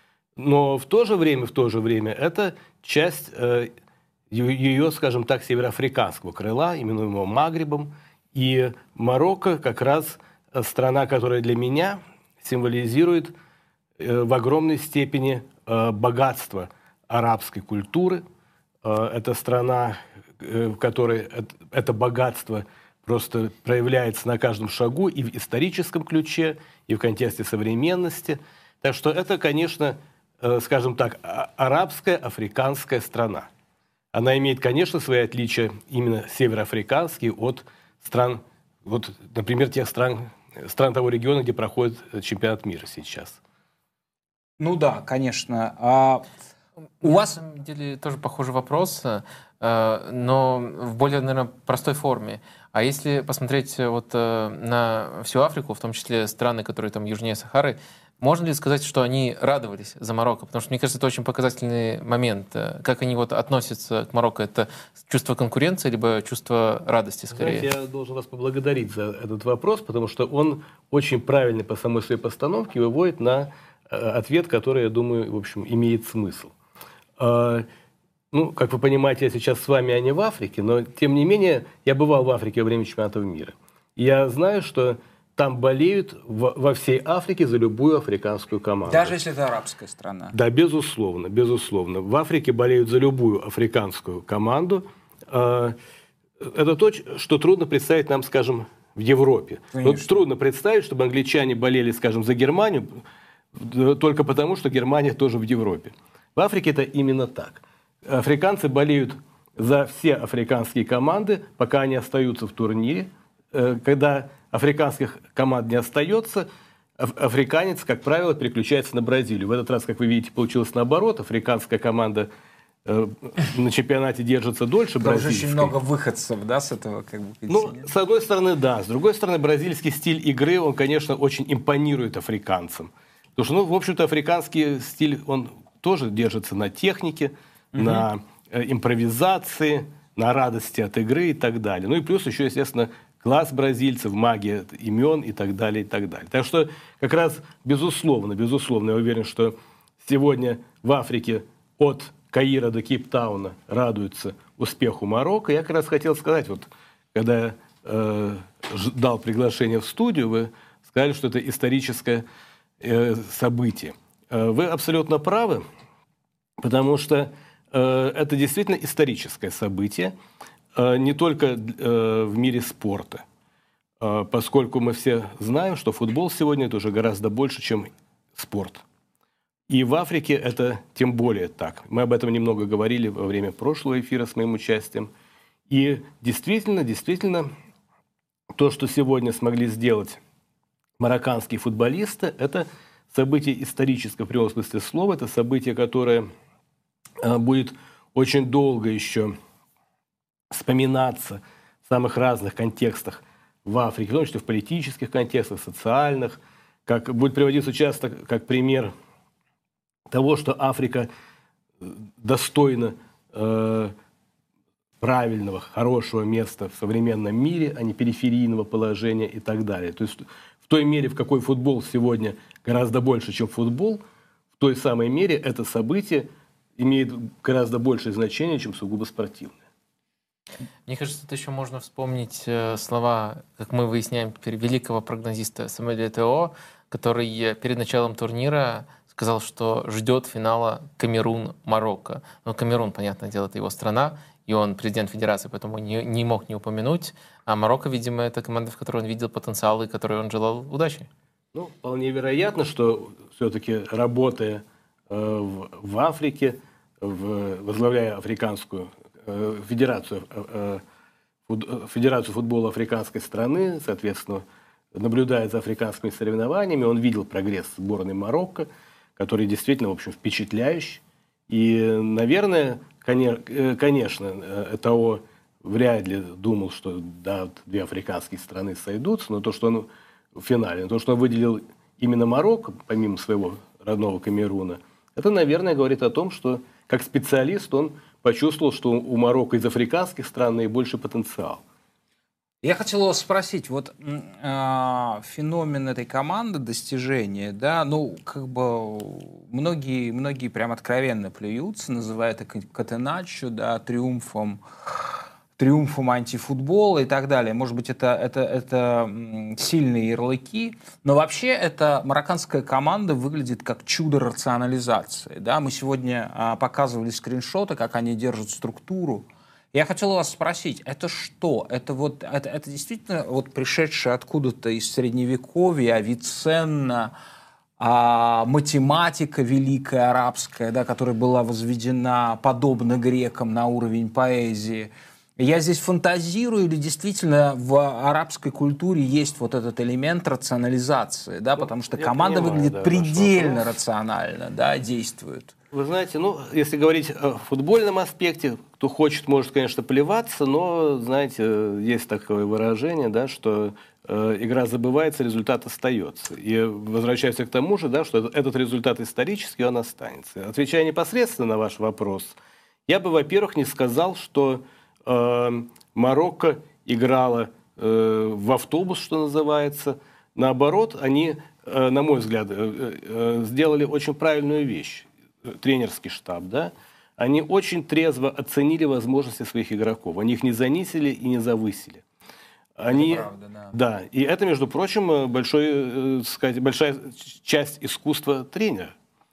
но в то же время, в то же время это часть э, ее, скажем так, североафриканского крыла, именуемого Магрибом. И Марокко как раз страна, которая для меня символизирует в огромной степени богатство арабской культуры. Это страна, в которой это богатство просто проявляется на каждом шагу и в историческом ключе, и в контексте современности. Так что это, конечно, скажем так, арабская, африканская страна. Она имеет, конечно, свои отличия именно североафриканские от стран, вот, например, тех стран, стран того региона, где проходит чемпионат мира сейчас. Ну да, конечно. А у вас... На самом деле тоже похожий вопрос, но в более, наверное, простой форме. А если посмотреть вот на всю Африку, в том числе страны, которые там южнее Сахары, можно ли сказать, что они радовались за Марокко? Потому что, мне кажется, это очень показательный момент. Как они вот относятся к Марокко? Это чувство конкуренции, либо чувство радости, скорее? Знаете, я должен вас поблагодарить за этот вопрос, потому что он очень правильный по самой своей постановке выводит на ответ, который, я думаю, в общем, имеет смысл. Ну, как вы понимаете, я сейчас с вами, а не в Африке, но, тем не менее, я бывал в Африке во время чемпионатов мира. И я знаю, что там болеют в, во всей Африке за любую африканскую команду. Даже если это арабская страна? Да, безусловно, безусловно. В Африке болеют за любую африканскую команду. Это то, что трудно представить нам, скажем, в Европе. Вот трудно представить, чтобы англичане болели, скажем, за Германию, только потому, что Германия тоже в Европе. В Африке это именно так. Африканцы болеют за все африканские команды, пока они остаются в турнире. Когда африканских команд не остается, африканец, как правило, переключается на Бразилию. В этот раз, как вы видите, получилось наоборот. Африканская команда э, на чемпионате держится дольше бразильской. Очень много выходцев, да, с этого как бы континента? Ну, с одной стороны, да. С другой стороны, бразильский стиль игры, он, конечно, очень импонирует африканцам. Потому что, ну, в общем-то, африканский стиль, он тоже держится на технике, угу. на э, импровизации, на радости от игры и так далее. Ну и плюс еще, естественно, класс бразильцев, магия имен и так далее, и так далее. Так что как раз, безусловно, безусловно, я уверен, что сегодня в Африке от Каира до Кейптауна радуются успеху Марокко. Я как раз хотел сказать, вот, когда я э, дал приглашение в студию, вы сказали, что это историческое э, событие. Э, вы абсолютно правы, потому что э, это действительно историческое событие. Не только в мире спорта, поскольку мы все знаем, что футбол сегодня это уже гораздо больше, чем спорт. И в Африке это тем более так. Мы об этом немного говорили во время прошлого эфира с моим участием. И действительно, действительно, то, что сегодня смогли сделать марокканские футболисты, это событие историческое в прямом смысле слова, это событие, которое будет очень долго еще вспоминаться в самых разных контекстах в Африке, в том числе в политических контекстах, социальных. Как будет приводиться часто как пример того, что Африка достойна э, правильного, хорошего места в современном мире, а не периферийного положения и так далее. То есть в той мере, в какой футбол сегодня гораздо больше, чем футбол, в той самой мере это событие имеет гораздо большее значение, чем сугубо спортивное. Мне кажется, тут еще можно вспомнить э, слова, как мы выясняем теперь, великого прогнозиста Самуэля Этоо, который перед началом турнира сказал, что ждет финала Камерун-Марокко. Но Камерун, понятное дело, это его страна, и он президент федерации, поэтому не, не мог не упомянуть. А Марокко, видимо, это команда, в которой он видел потенциал и которой он желал удачи. Ну, вполне вероятно, что все-таки работая э, в, в Африке, в, возглавляя африканскую Федерацию, Федерацию футбола африканской страны, соответственно, наблюдая за африканскими соревнованиями, он видел прогресс сборной Марокко, который действительно, в общем, впечатляющий. И, наверное, конечно, Этоо вряд ли думал, что да, две африканские страны сойдутся, но то, что он в финале, то, что он выделил именно Марокко, помимо своего родного Камеруна, это, наверное, говорит о том, что как специалист он почувствовал, что у Марокко из африканских стран наибольший потенциал. Я хотел вас спросить, вот э, феномен этой команды, достижения, да, ну, как бы многие, многие прям откровенно плюются, называют это катеначо, да, триумфом триумфом антифутбола и так далее. Может быть, это, это, это сильные ярлыки, но вообще эта марокканская команда выглядит как чудо рационализации. Да? Мы сегодня а, показывали скриншоты, как они держат структуру. Я хотел вас спросить, это что? Это, вот, это, это действительно вот пришедшее откуда-то из Средневековья, Авиценна, а, математика великая арабская, да, которая была возведена подобно грекам на уровень поэзии? Я здесь фантазирую, или действительно в арабской культуре есть вот этот элемент рационализации, да, потому что Я команда понимаю, выглядит да, предельно рационально, да, действует. Вы знаете, ну, если говорить о футбольном аспекте, кто хочет, может, конечно, плеваться, но, знаете, есть такое выражение, да, что э, игра забывается, результат остается. И возвращаясь к тому же, да, что этот результат исторический, он останется. Отвечая непосредственно на ваш вопрос, я бы, во-первых, не сказал, что Марокко играла э, в автобус, что называется. Наоборот, они, э, на мой взгляд, э, э, сделали очень правильную вещь. Тренерский штаб, да? Они очень трезво оценили возможности своих игроков. Они их не занизили и не завысили. Они, это правда, да. Да, и это, между прочим, большой, э, сказать, большая часть искусства тренера.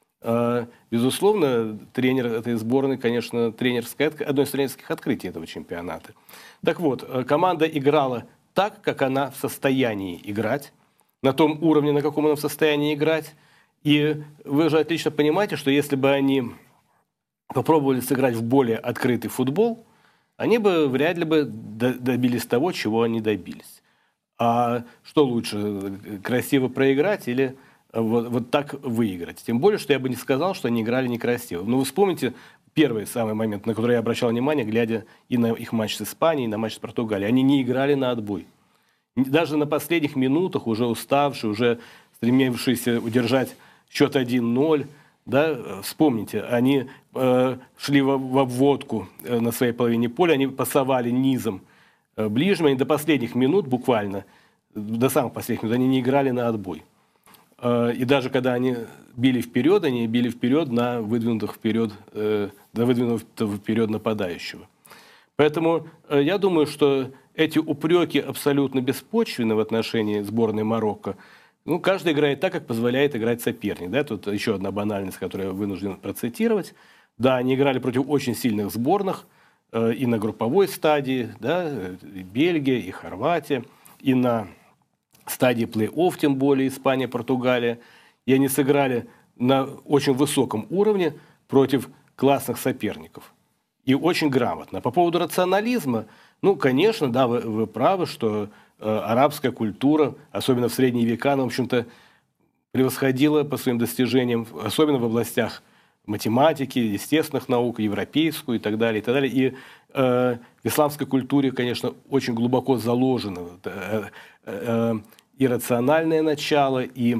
Безусловно, тренер этой сборной, конечно, тренерское, одно из тренерских открытий этого чемпионата. Так вот, команда играла так, как она в состоянии играть, на том уровне, на каком она в состоянии играть. И вы же отлично понимаете, что если бы они попробовали сыграть в более открытый футбол, они бы вряд ли бы добились того, чего они добились. А что лучше, красиво проиграть или... Вот, вот так выиграть. Тем более, что я бы не сказал, что они играли некрасиво. Но вы вспомните первый самый момент, на который я обращал внимание, глядя и на их матч с Испанией, и на матч с Португалией. Они не играли на отбой. Даже на последних минутах, уже уставшие, уже стремившиеся удержать счет один ноль, да, вспомните, они э, шли в, в обводку э, на своей половине поля, они пасовали низом э, ближним, они до последних минут буквально, до самых последних минут, они не играли на отбой. И даже когда они били вперед, они били вперед на выдвинутых вперед, э, на выдвинутого вперед нападающего. Поэтому э, я думаю, что эти упреки абсолютно беспочвенны в отношении сборной Марокко. Ну, каждый играет так, как позволяет играть соперник. Да? Тут еще одна банальность, которую я вынужден процитировать. Да, они играли против очень сильных сборных э, и на групповой стадии, да, и Бельгия, и Хорватия, и на стадии плей-офф, тем более Испания, Португалия. И они сыграли на очень высоком уровне против классных соперников. И очень грамотно. По поводу рационализма, ну, конечно, да, вы, вы правы, что э, арабская культура, особенно в средние века, она, в общем-то, превосходила по своим достижениям, особенно в областях математики, естественных наук, европейскую и так далее. И, так далее. и э, в исламской культуре, конечно, очень глубоко заложено э, э, и рациональное начало, и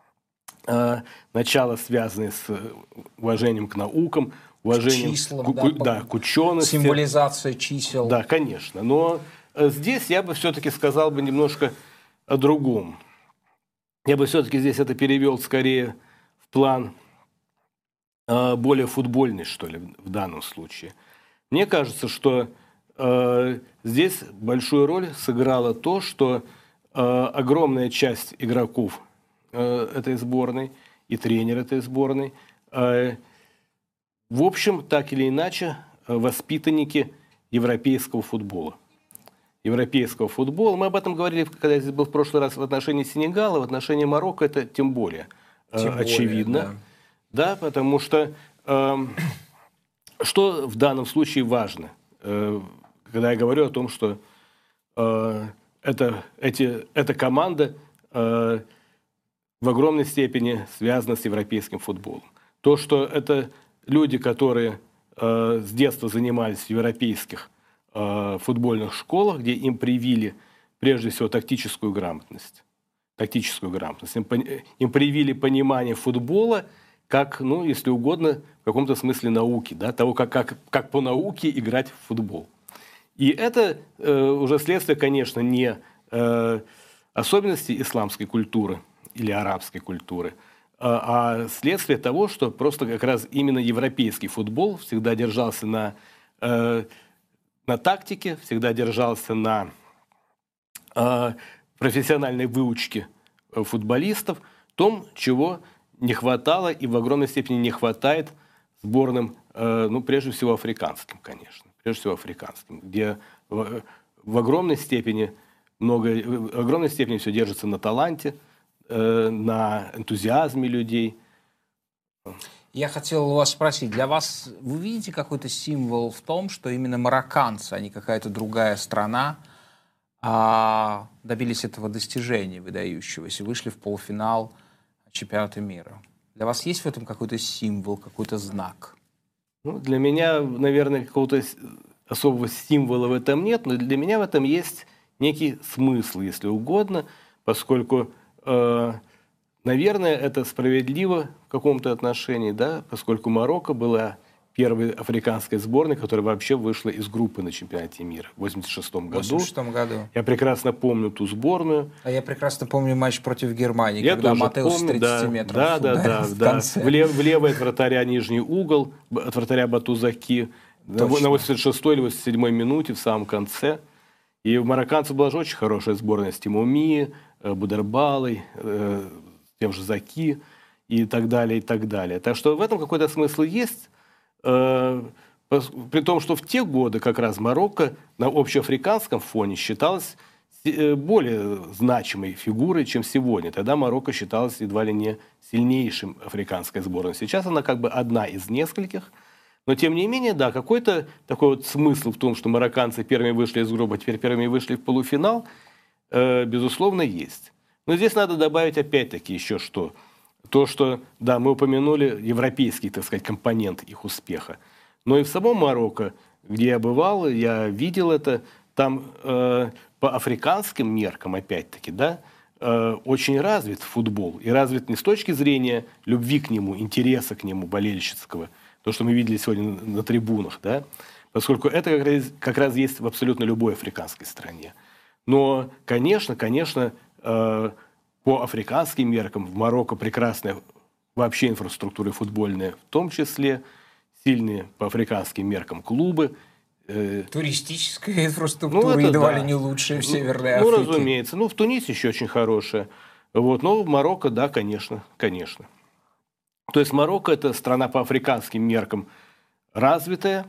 э, начало, связанное с уважением к наукам, уважением числам, к, да, к, да, к учености. Символизация чисел. Да, конечно. Но здесь я бы все-таки сказал бы немножко о другом. Я бы все-таки здесь это перевел скорее в план э, более футбольный, что ли, в данном случае. Мне кажется, что э, здесь большую роль сыграло то, что э, огромная часть игроков э, этой сборной и тренер этой сборной э, в общем, так или иначе, воспитанники европейского футбола. Европейского футбола. Мы об этом говорили, когда я здесь был в прошлый раз в отношении Сенегала, в отношении Марокко это тем более тем очевидно. Более, да. Да, потому что э, что в данном случае важно, э, когда я говорю о том, что э, это, эти, эта команда э, в огромной степени связана с европейским футболом. То, что это люди, которые э, с детства занимались в европейских э, футбольных школах, где им привили, прежде всего, тактическую грамотность. Тактическую грамотность. Им, им привили понимание футбола как, ну, если угодно, в каком-то смысле науки, да, того, как, как, как по науке играть в футбол. И это э, уже следствие, конечно, не э, особенностей исламской культуры или арабской культуры, а следствие того, что просто как раз именно европейский футбол всегда держался на э, на тактике, всегда держался на э, профессиональной выучке футболистов, том, чего не хватало и в огромной степени не хватает сборным, э, ну, прежде всего, африканским, конечно. Прежде всего, африканским, где в, в огромной степени много, в огромной степени все держится на таланте, э, на энтузиазме людей. Я хотел у вас спросить, для вас вы видите какой-то символ в том, что именно марокканцы, а не какая-то другая страна, а, добились этого достижения выдающегося, вышли в полуфинал чемпионата мира? Для вас есть в этом какой-то символ, какой-то знак? Ну, для меня, наверное, какого-то особого символа в этом нет, но для меня в этом есть некий смысл, если угодно, поскольку... Э, Наверное, это справедливо в каком-то отношении, да, поскольку Марокко была первой африканской сборной, которая вообще вышла из группы на чемпионате мира в восемьдесят шестом году. В восемьдесят шестом году. Я прекрасно помню ту сборную. А я прекрасно помню матч против Германии, я когда тоже Матеус помню, с тридцати да, метров да, да, да, в да. конце. В, лев, в левый от вратаря нижний угол, от вратаря Батузаки на, на восемьдесят шестой или восемьдесят седьмой минуте в самом конце. И у марокканцев была же очень хорошая сборная с Тимоми, Будербалой, тем же Заки и так далее, и так далее. Так что в этом какой-то смысл есть, э, при том, что в те годы как раз Марокко на общеафриканском фоне считалось более значимой фигурой, чем сегодня. Тогда Марокко считалось едва ли не сильнейшим африканской сборной. Сейчас она как бы одна из нескольких. Но тем не менее, да, какой-то такой вот смысл в том, что марокканцы первыми вышли из группы, а теперь первыми вышли в полуфинал, э, безусловно, есть. Но здесь надо добавить опять-таки еще что. То, что, да, мы упомянули европейский, так сказать, компонент их успеха. Но и в самом Марокко, где я бывал, я видел это, там э, по африканским меркам, опять-таки, да, э, очень развит футбол. И развит не с точки зрения любви к нему, интереса к нему, болельщицкого, то, что мы видели сегодня на, на трибунах, да, поскольку это как раз, как раз есть в абсолютно любой африканской стране. Но, конечно, конечно, э, по африканским меркам в Марокко прекрасная вообще инфраструктура футбольная, в том числе сильные по африканским меркам клубы. Э, Туристическая инфраструктура ну, едва да. ли не лучшая в Северной ну, Африке. Ну, разумеется. Ну, в Тунисе еще очень хорошая. Вот. Но в Марокко, да, конечно, конечно. То есть Марокко – это страна по африканским меркам развитая,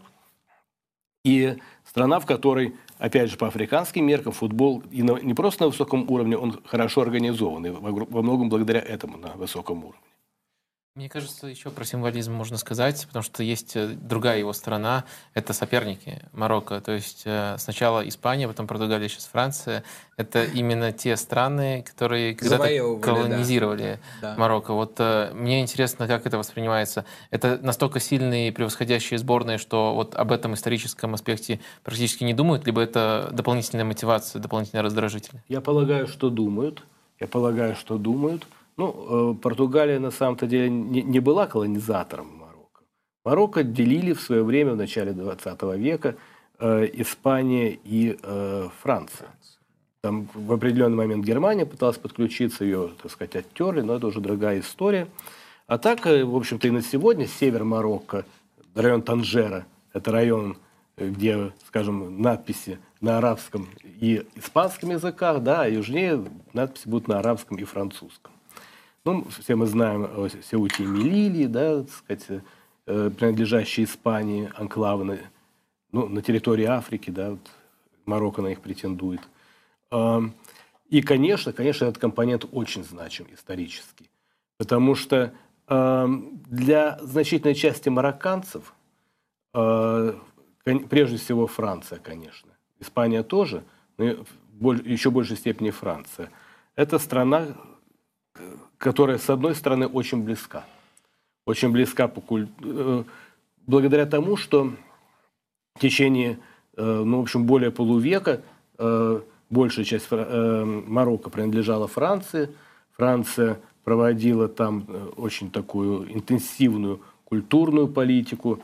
и страна, в которой, опять же, по африканским меркам футбол и на, не просто на высоком уровне, он хорошо организован, и во, во многом благодаря этому на высоком уровне. Мне кажется, еще про символизм можно сказать, потому что есть другая его сторона, это соперники Марокко. То есть сначала Испания, потом Португалия, сейчас Франция. Это именно те страны, которые когда-то колонизировали да. Марокко. Вот мне интересно, как это воспринимается. Это настолько сильные превосходящие сборные, что вот об этом историческом аспекте практически не думают, либо это дополнительная мотивация, дополнительный раздражитель? Я полагаю, что думают. Я полагаю, что думают. Ну, Португалия на самом-то деле не, не была колонизатором Марокко. Марокко делили в свое время, в начале двадцатого века, э, Испания и э, Франция. Там в определенный момент Германия пыталась подключиться, ее, так сказать, оттерли, но это уже другая история. А так, в общем-то, и на сегодня север Марокко, район Танжера, это район, где, скажем, надписи на арабском и испанском языках, да, а южнее надписи будут на арабском и французском. Ну, все мы знаем о Сеуте и Мелилии, да, так сказать, э, принадлежащие Испании, анклавы на, ну, на территории Африки, да, вот Марокко на них претендует. Э, и, конечно, конечно, этот компонент очень значим исторически, потому что э, для значительной части марокканцев, э, прежде всего Франция, конечно, Испания тоже, но еще в большей степени Франция, это страна, которая, с одной стороны, очень близка. Очень близка по куль... благодаря тому, что в течение, ну, в общем, более полувека большая часть Марокко принадлежала Франции. Франция проводила там очень такую интенсивную культурную политику.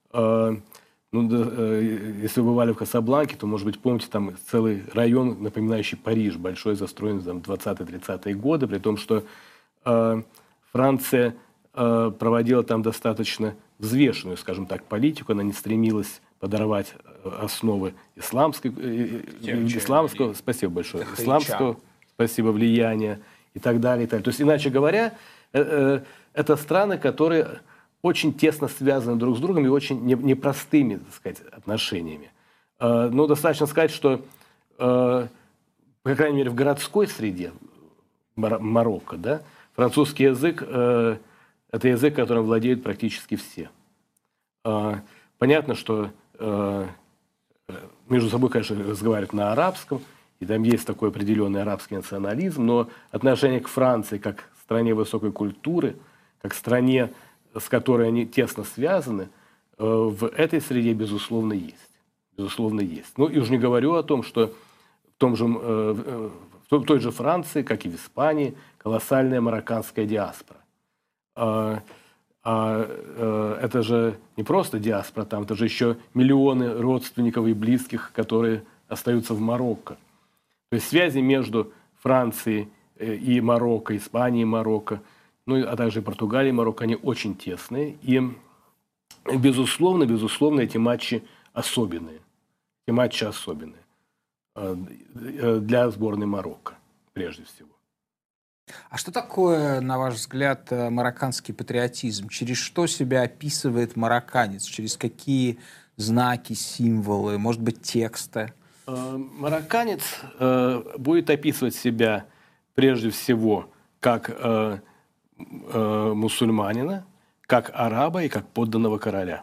Ну, да, если вы бывали в Касабланке, то, может быть, помните, там целый район, напоминающий Париж, большой, застроен в двадцатые-тридцатые годы, при том, что э, Франция э, проводила там достаточно взвешенную, скажем так, политику, она не стремилась подорвать основы исламской, Тем, исламского, спасибо большое, Хейча. исламского, спасибо, влияния и так далее, и так далее. То есть, иначе говоря, это страны, которые очень тесно связаны друг с другом и очень непростыми, так сказать, отношениями. Но достаточно сказать, что, по крайней мере, в городской среде Марокко, да, французский язык э, – это язык, которым владеют практически все. Э, понятно, что э, между собой, конечно, разговаривают на арабском, и там есть такой определенный арабский национализм, но отношение к Франции как к стране высокой культуры, как к стране, с которой они тесно связаны, э, в этой среде, безусловно, есть. Безусловно, есть. Ну, и уже не говорю о том, что в том же... Э, В той же Франции, как и в Испании, колоссальная марокканская диаспора. А, а, а, это же не просто диаспора, там это же еще миллионы родственников и близких, которые остаются в Марокко. То есть связи между Францией и Марокко, Испанией и Марокко, ну, а также Португалией и Марокко, они очень тесные. И, безусловно, безусловно, эти матчи особенные. Эти матчи особенные для сборной Марокко, прежде всего. А что такое, на ваш взгляд, марокканский патриотизм? Через что себя описывает марокканец? Через какие знаки, символы, может быть, тексты? Марокканец будет описывать себя прежде всего как мусульманина, как араба и как подданного короля.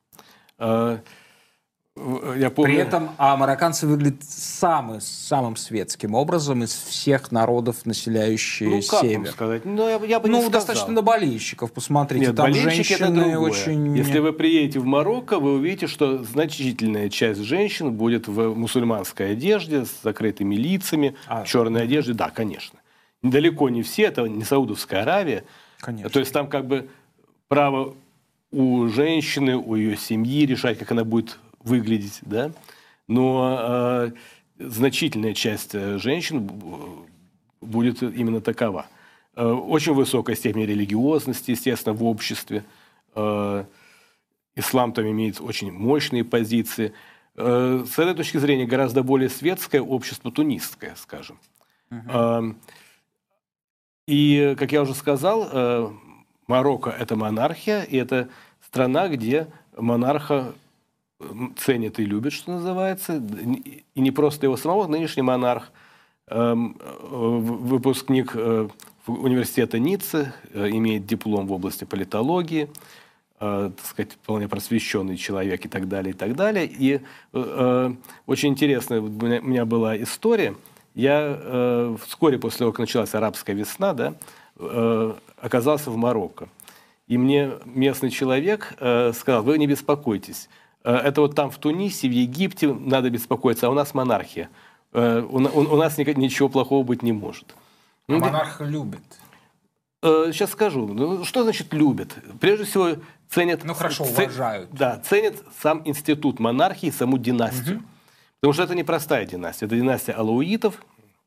Я помню... При этом а марокканцы выглядят самым, самым светским образом из всех народов, населяющих ну, как север. Вам сказать? Ну, я, я бы ну не достаточно на болельщиков посмотрите. Нет, там болельщики женщины это другое. очень... Если вы приедете в Марокко, вы увидите, что значительная часть женщин будет в мусульманской одежде, с закрытыми лицами, а, в черной одежде. Да, конечно. Далеко не все, это не Саудовская Аравия. Конечно. То есть там как бы право у женщины, у ее семьи решать, как она будет выглядеть, да, но э, значительная часть женщин будет именно такова. Э, очень высокая степень религиозности, естественно, в обществе. Э, ислам там имеет очень мощные позиции. Э, с этой точки зрения гораздо более светское общество тунисское, скажем. Uh-huh. Э, и, как я уже сказал, э, Марокко – это монархия, и это страна, где монарха ценят и любят, что называется. И не просто его самого, нынешний монарх, э, выпускник э, университета Ниццы, э, имеет диплом в области политологии, э, так сказать, вполне просвещенный человек и так далее, и так далее. И э, очень интересная у меня, у меня была история. Я э, вскоре после того, как началась арабская весна, да, э, оказался в Марокко. И мне местный человек э, сказал: вы не беспокойтесь, это вот там в Тунисе, в Египте надо беспокоиться, а у нас монархия. У, у, у нас ничего плохого быть не может. А монарха любят? Сейчас скажу. Ну, что значит любят? Прежде всего ценят... Ну хорошо, уважают. Ц, да, ценят сам институт монархии, саму династию. Угу. Потому что это не простая династия. Это династия алауитов,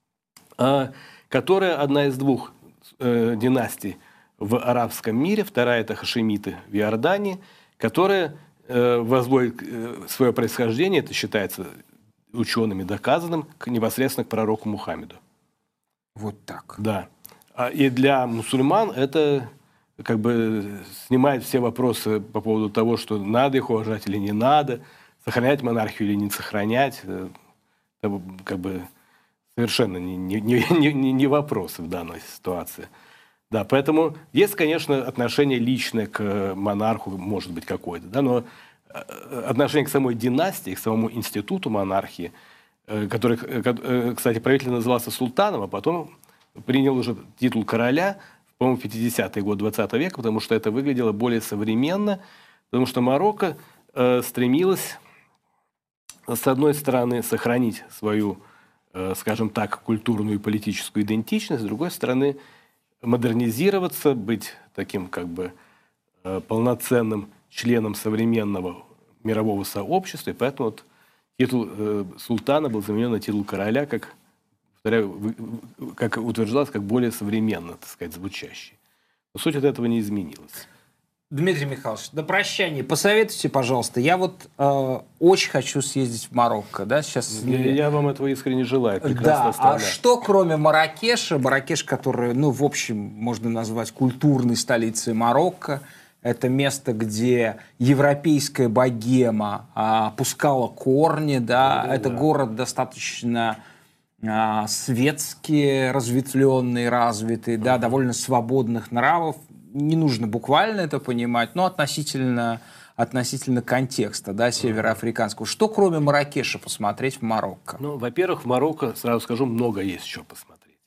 которая одна из двух э, династий в арабском мире. Вторая – это хашемиты в Иордании, которая... возводит свое происхождение, это считается учеными доказанным, к, непосредственно к пророку Мухаммеду. Вот так. Да. И для мусульман это как бы снимает все вопросы по поводу того, что надо их уважать или не надо, сохранять монархию или не сохранять. Это как бы совершенно не, не, не, не вопрос в данной ситуации. Да, поэтому есть, конечно, отношение личное к монарху, может быть, какое-то, да, но отношение к самой династии, к самому институту монархии, который, кстати, правитель назывался султаном, а потом принял уже титул короля, по-моему, в пятидесятые годы двадцатого века, потому что это выглядело более современно, потому что Марокко э, стремилось, с одной стороны, сохранить свою, э, скажем так, культурную и политическую идентичность, с другой стороны, модернизироваться, быть таким как бы э, полноценным членом современного мирового сообщества, и поэтому вот титул э, султана был заменен на титул короля, как, повторяю, как утверждалось, как более современно, так сказать, звучащий. Но суть от этого не изменилась. Дмитрий Михайлович, на прощание посоветуйте, пожалуйста. Я вот э, очень хочу съездить в Марокко. Да? Сейчас... Я, я вам этого искренне желаю. Да, страна. а что кроме Марракеша, Марракеш, который, ну, в общем, можно назвать культурной столицей Марокко, это место, где европейская богема а, пускала корни, да, да, это да. город достаточно а, светский, разветвленный, развитый, да, довольно свободных нравов. Не нужно буквально это понимать, но относительно, относительно контекста, да, североафриканского. Что кроме Марракеша посмотреть в Марокко? Ну, во-первых, в Марокко, сразу скажу, много есть что посмотреть.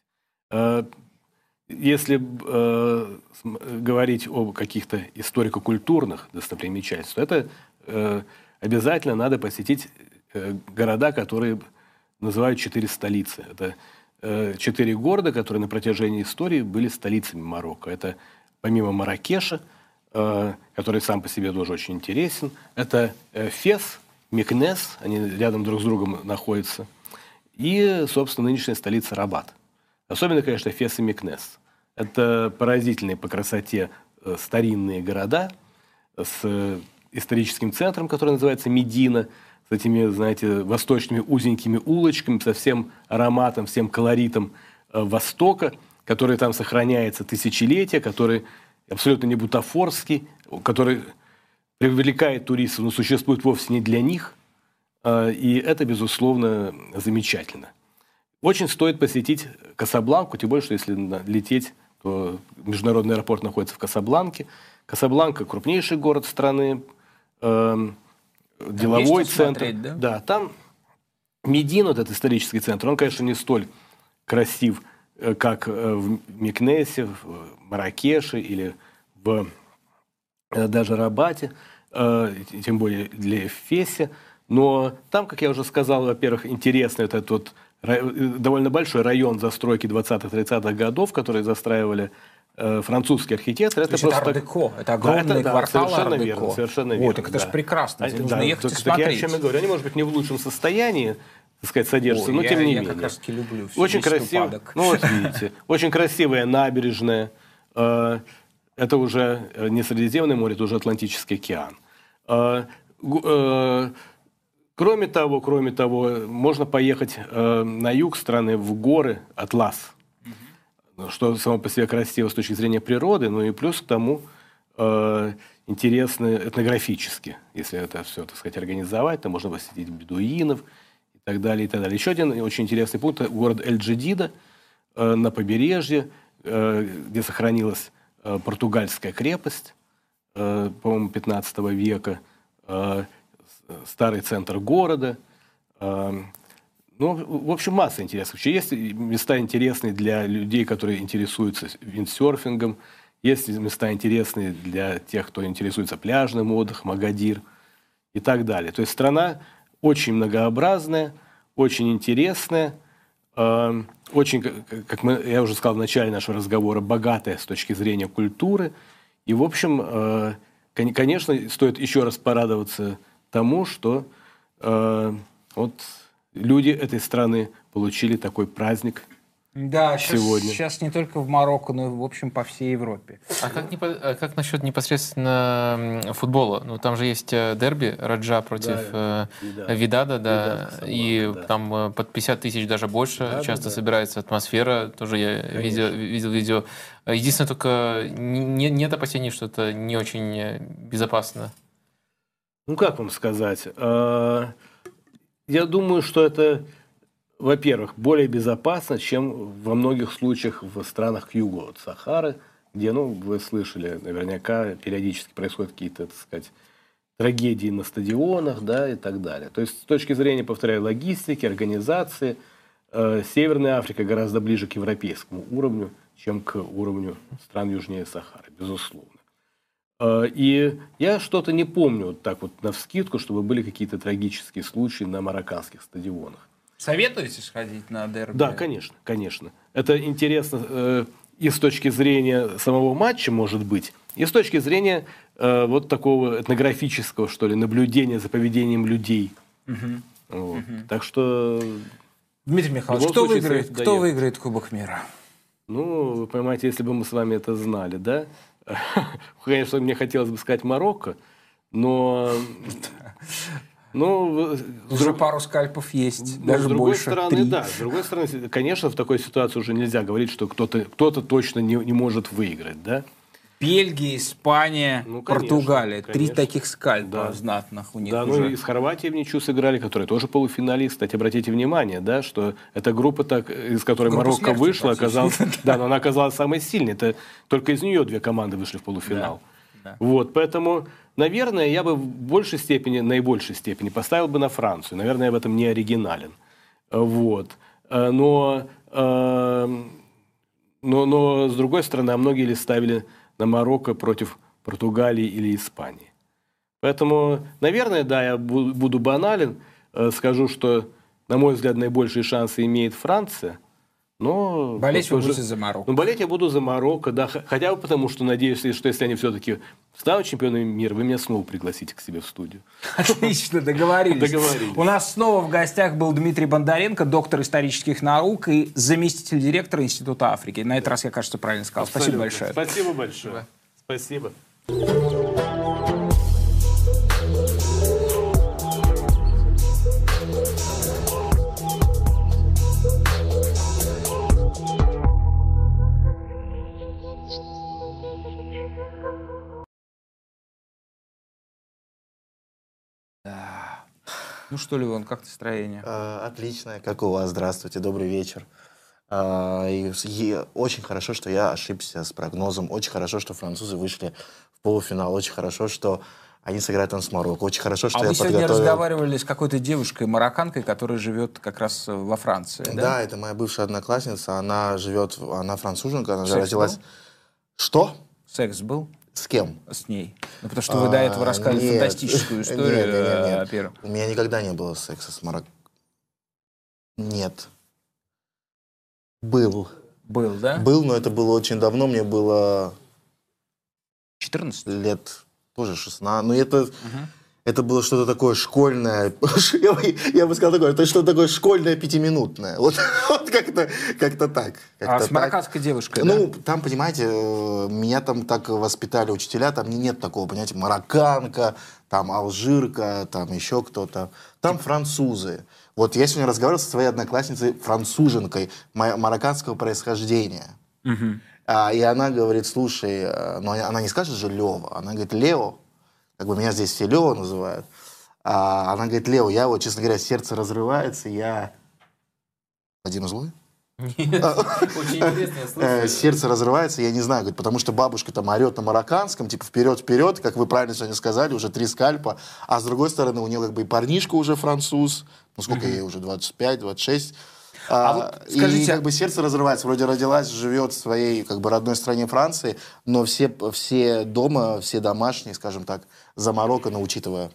Если э, говорить о каких-то историко-культурных достопримечательствах, это э, обязательно надо посетить э, города, которые называют четыре столицы. Это э, четыре города, которые на протяжении истории были столицами Марокко. Это помимо Марракеша, э, который сам по себе тоже очень интересен, это э, Фес, Мекнес, они рядом друг с другом находятся, и, собственно, нынешняя столица Рабат. Особенно, конечно, Фес и Мекнес. Это поразительные по красоте э, старинные города с э, историческим центром, который называется Медина, с этими, знаете, восточными узенькими улочками, со всем ароматом, всем колоритом э, Востока, который там сохраняется тысячелетия, который абсолютно не бутафорский, который привлекает туристов, но существует вовсе не для них. Э, и это, безусловно, замечательно. Очень стоит посетить Касабланку, тем более, что если лететь, то международный аэропорт находится в Касабланке. Касабланка – крупнейший город страны, э, деловой центр. Смотреть, да? Да, там Медина, вот этот исторический центр, он, конечно, не столь красив, как в Мекнесе, в Марракеше или в даже Рабате, э, тем более для Фесе. Но там, как я уже сказал, во-первых, интересно этот вот довольно большой район застройки двадцатых-тридцатых годов, которые застраивали э, французские архитекторы. Это, это просто ар-деко, это огромные да, кварталы совершенно ар-деко. верно, совершенно верно. Вот, так это да. же прекрасно, а, нужно да, ехать так, и так смотреть. я о чем и говорю. Они, может быть, не в лучшем состоянии, так сказать, содержатся, Ой, но я, тем не я менее. как раз-таки люблю все, очень красиво. Ну вот видите, очень красивая набережная. Э, это уже не Средиземное море, это уже Атлантический океан. Э, э, Кроме того, кроме того, можно поехать э, на юг страны, в горы, Атлас, mm-hmm. что само по себе красиво с точки зрения природы, но и плюс к тому э, интересно этнографически. Если это все, так сказать, организовать, то можно посетить бедуинов и так далее, и так далее. Еще один очень интересный пункт – город Эль-Джадида э, на побережье, э, где сохранилась э, португальская крепость, э, по-моему, пятнадцатого века, э, старый центр города. Ну, в общем, масса интересных. Вообще есть места интересные для людей, которые интересуются виндсерфингом. Есть места интересные для тех, кто интересуется пляжным отдыхом, Агадир и так далее. То есть страна очень многообразная, очень интересная, очень, как мы, я уже сказал в начале нашего разговора, богатая с точки зрения культуры. И, в общем, конечно, стоит еще раз порадоваться тому, что э, вот люди этой страны получили такой праздник да, сегодня. Сейчас, сейчас не только в Марокко, но и, в общем, по всей Европе. А как, непо... а как насчет непосредственно футбола? Ну, там же есть дерби Раджа против да, э, Видада, да, Видад, и да. Там под пятьдесят тысяч даже больше да, часто да, собирается атмосфера. Тоже я видел, видел видео. Единственное, только не, нет опасений, что это не очень безопасно. Ну, как вам сказать? Я думаю, что это, во-первых, более безопасно, чем во многих случаях в странах к югу от Сахары, где, ну, вы слышали, наверняка периодически происходят какие-то, так сказать, трагедии на стадионах, да, и так далее. То есть, с точки зрения, повторяю, логистики, организации, Северная Африка гораздо ближе к европейскому уровню, чем к уровню стран южнее Сахары, безусловно. И я что-то не помню вот так вот навскидку, чтобы были какие-то трагические случаи на марокканских стадионах. Советуете сходить на дерби? Да, конечно, конечно. Это интересно э, и с точки зрения самого матча, может быть, и с точки зрения э, вот такого этнографического, что ли, наблюдения за поведением людей. Угу. Вот. Угу. Так что... Дмитрий Михайлович, кто, выиграет, кто выиграет Кубок мира? Ну, вы понимаете, если бы мы с вами это знали, да? Конечно, мне хотелось бы сказать Марокко, но... Ну, уже друг... пару скальпов есть, но даже с другой больше. Стороны, Три. да, с другой стороны, конечно, в такой ситуации уже нельзя говорить, что кто-то, кто-то точно не, не может выиграть, да? Бельгия, Испания, ну, конечно, Португалия. Конечно. Три таких скальпа да. знатных у них да, уже. Ну и с Хорватией в ничью сыграли, которые тоже полуфиналист. Кстати, обратите внимание, да, что эта группа, так, из которой группа Марокко вышла, оказалась, да, но она оказалась самой сильной. Это только из нее две команды вышли в полуфинал. Да. Да. Вот, поэтому, наверное, я бы в большей степени, наибольшей степени поставил бы на Францию. Наверное, я в этом не оригинален. Вот. Но, но, но с другой стороны, а многие ли ставили на Марокко против Португалии или Испании. Поэтому, наверное, да, я буду банален, скажу, что, на мой взгляд, наибольшие шансы имеет Франция. Но болеть вы будете за Марокко. Ну, болеть я буду за Марокко, да, хотя бы потому, что надеюсь, что если они все-таки станут чемпионами мира, вы меня снова пригласите к себе в студию. Отлично, договорились. договорились. У нас снова в гостях был Дмитрий Бондаренко, доктор исторических наук и заместитель директора Института Африки. На этот раз я, кажется, правильно сказал. Абсолютно. Спасибо большое. Спасибо большое. Спасибо. Ну что, Левон, как настроение? А, отличное. Как у вас? Здравствуйте, добрый вечер. А, и, и очень хорошо, что я ошибся с прогнозом. Очень хорошо, что французы вышли в полуфинал. Очень хорошо, что они сыграют там с Марокко. Очень хорошо, что а я вы подготовил... сегодня разговаривали с какой-то девушкой, марокканкой, которая живет как раз во Франции, да? Да, это моя бывшая одноклассница. Она живет... Она француженка, она Секс же родилась... Был? Что? Секс был? С кем? С ней. Ну, потому что вы а, до этого рассказали нет, фантастическую историю. Нет, нет, нет, нет. Первым. У меня никогда не было секса с Марокко. Нет. Был. Был, да? Был, но это было очень давно. Мне было... четырнадцать? Лет тоже шестнадцать. Ну, это... Угу. Это было что-то такое школьное, я бы, я бы сказал такое, это что-то такое школьное пятиминутное. Вот, вот как-то, как-то так. Как-то а так. с марокканской девушкой, Ну, да? там, понимаете, меня там так воспитали учителя, там нет такого, понимаете, марокканка, там алжирка, там еще кто-то. Там французы. Вот я сегодня разговаривал со своей одноклассницей француженкой марокканского происхождения. Угу. А, и она говорит, слушай, ну, она не скажет же Лева, она говорит, Лео. Как бы меня здесь все Лео называют. А она говорит, Лео, я вот, честно говоря, сердце разрывается, я... Вадим злой? Нет, очень интересно, я слушаю. Сердце разрывается, я не знаю, говорит, потому что бабушка там орет на марокканском, типа вперед-вперед, как вы правильно сегодня сказали, уже три скальпа. А с другой стороны, у нее как бы и парнишка уже француз, ну сколько ей уже, двадцать пять двадцать шесть. А, а вот скажите, и как бы сердце разрывается, вроде родилась, живет в своей как бы родной стране Франции, но все, все дома, все домашние, скажем так, за Марокко, но учитывая.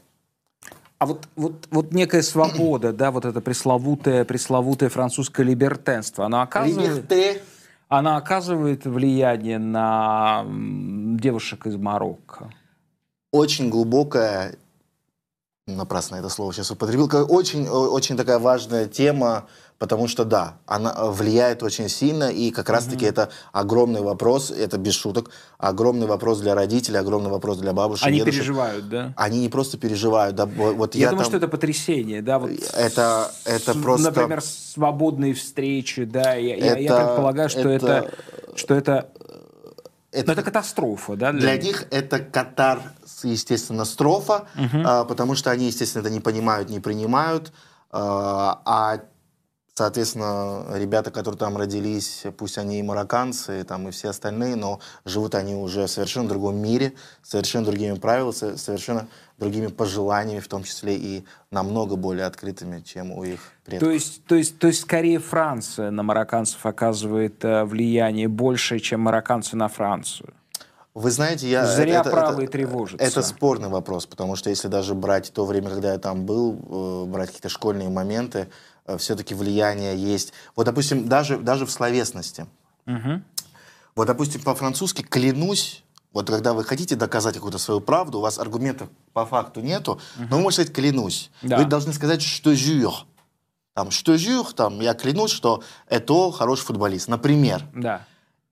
А вот, вот, вот некая свобода, да, вот это пресловутое, пресловутое французское либертенство, оно оказывает, оно оказывает влияние на девушек из Марокко? Очень глубокая, напрасно это слово сейчас употребил, очень, очень такая важная тема, потому что, да, она влияет очень сильно, и как раз-таки mm-hmm. это огромный вопрос, это без шуток, огромный вопрос для родителей, огромный вопрос для бабушек. Они дедушек. переживают, да? Они не просто переживают, да. Вот я, я думаю, там... что это потрясение, да. Вот это, это с, просто... Например, свободные встречи, да. Я, это, я предполагаю, что это... это, что это Это, это катастрофа, да? Для, для них это катар, естественно, строфа, угу. а, потому что они, естественно, это не понимают, не принимают. А, а, соответственно, ребята, которые там родились, пусть они и марокканцы, там, и все остальные, но живут они уже в совершенно другом мире, совершенно другими правилами, совершенно другими пожеланиями, в том числе и намного более открытыми, чем у их предков. То есть, то есть, то есть скорее Франция на марокканцев оказывает э, влияние большее, чем марокканцы на Францию? Вы знаете, я... Зря это, правые это, тревожатся. Это спорный вопрос, потому что если даже брать то время, когда я там был, э, брать какие-то школьные моменты, э, все-таки влияние есть. Вот, допустим, даже, даже в словесности. Угу. Вот, допустим, по-французски «клянусь», вот когда вы хотите доказать какую-то свою правду, у вас аргументов по факту нету, uh-huh. но вы можете сказать «клянусь». Да. Вы должны сказать «что жюр». Там «что жюр», там «я клянусь, что это хороший футболист». Например. Да.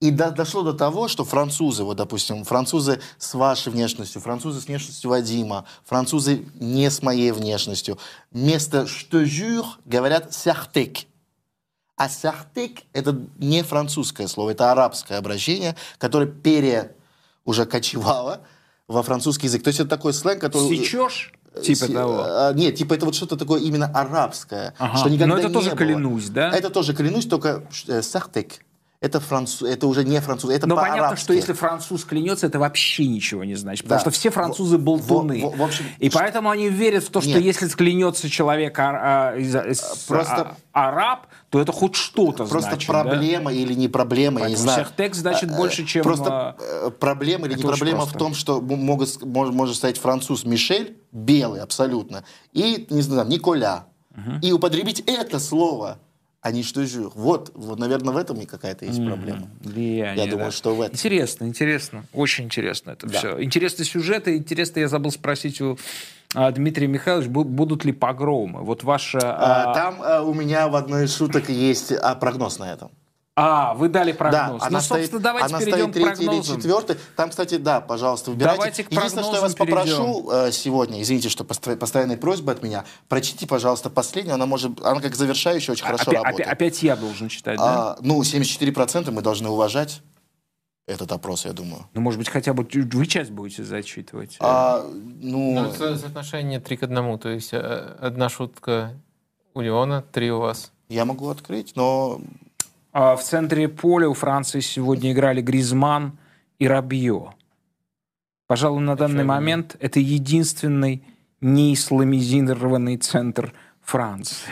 И до, дошло до того, что французы, вот, допустим, французы с вашей внешностью, французы с внешностью Вадима, французы не с моей внешностью, вместо «je jure» говорят «certec». А «certec» — это не французское слово, это арабское обращение, которое пере уже кочевало во французский язык. То есть это такой сленг, который... Сечешь? Типа С- того. а, Нет, типа это вот что-то такое именно арабское, Ага. что никогда Но это не тоже было. клянусь, да? Это тоже клянусь, только э, «certec». Это, француз, это уже не француз, это Но по-арабски. понятно, что если француз клянется, это вообще ничего не значит. Потому Да. что все французы болтуны. В- в- в общем, и что- поэтому они верят в то, что Нет. если клянется человек а- а- из- из- Просто- а- араб, то это хоть что-то Просто значит. проблема или не проблема, я не Поэтому знаю. «certec» значит Э, больше, чем, Просто а, э, проблема или не это очень проблема в просто. том, что м- могут, с- мож- может стоять француз Мишель, белый абсолютно, и, не знаю, Николя, и употребить это слово, а не «je jure». Вот, вот, наверное, в этом и какая-то есть проблема. влияние, Я думаю, да. что в этом. Интересно, интересно. Очень интересно это Да. все. Интересный сюжет. И интересно, я забыл спросить у а, Дмитрия Михайловича, бу- будут ли погромы? Вот ваша... А, а, Там а, у меня в одной из шуток есть а, прогноз на это. а, вы дали Да, прогноз. она ну, стоит, собственно, давайте она перейдем стоит к третий или прогнозам. четвертый. Там, кстати, да, пожалуйста, выбирайте. Давайте к Единственное, что я вас прогнозам попрошу э, сегодня, извините, что пост- постоянные просьбы от меня, прочтите, пожалуйста, последнюю, она может, она как завершающая очень хорошо Опя- работает. опя- Опять я должен читать, да? А, ну, семьдесят четыре процента мы должны уважать этот опрос, я думаю. Ну, может быть, хотя бы вы часть будете зачитывать. А, Ну, ну, со- соотношение три к одному. То есть э, одна шутка у Леона, три у вас. я могу открыть, но А в центре поля у Франции сегодня играли Гризман и Рабье. Пожалуй, на данный Причем- момент это единственный неисламизированный центр Франции.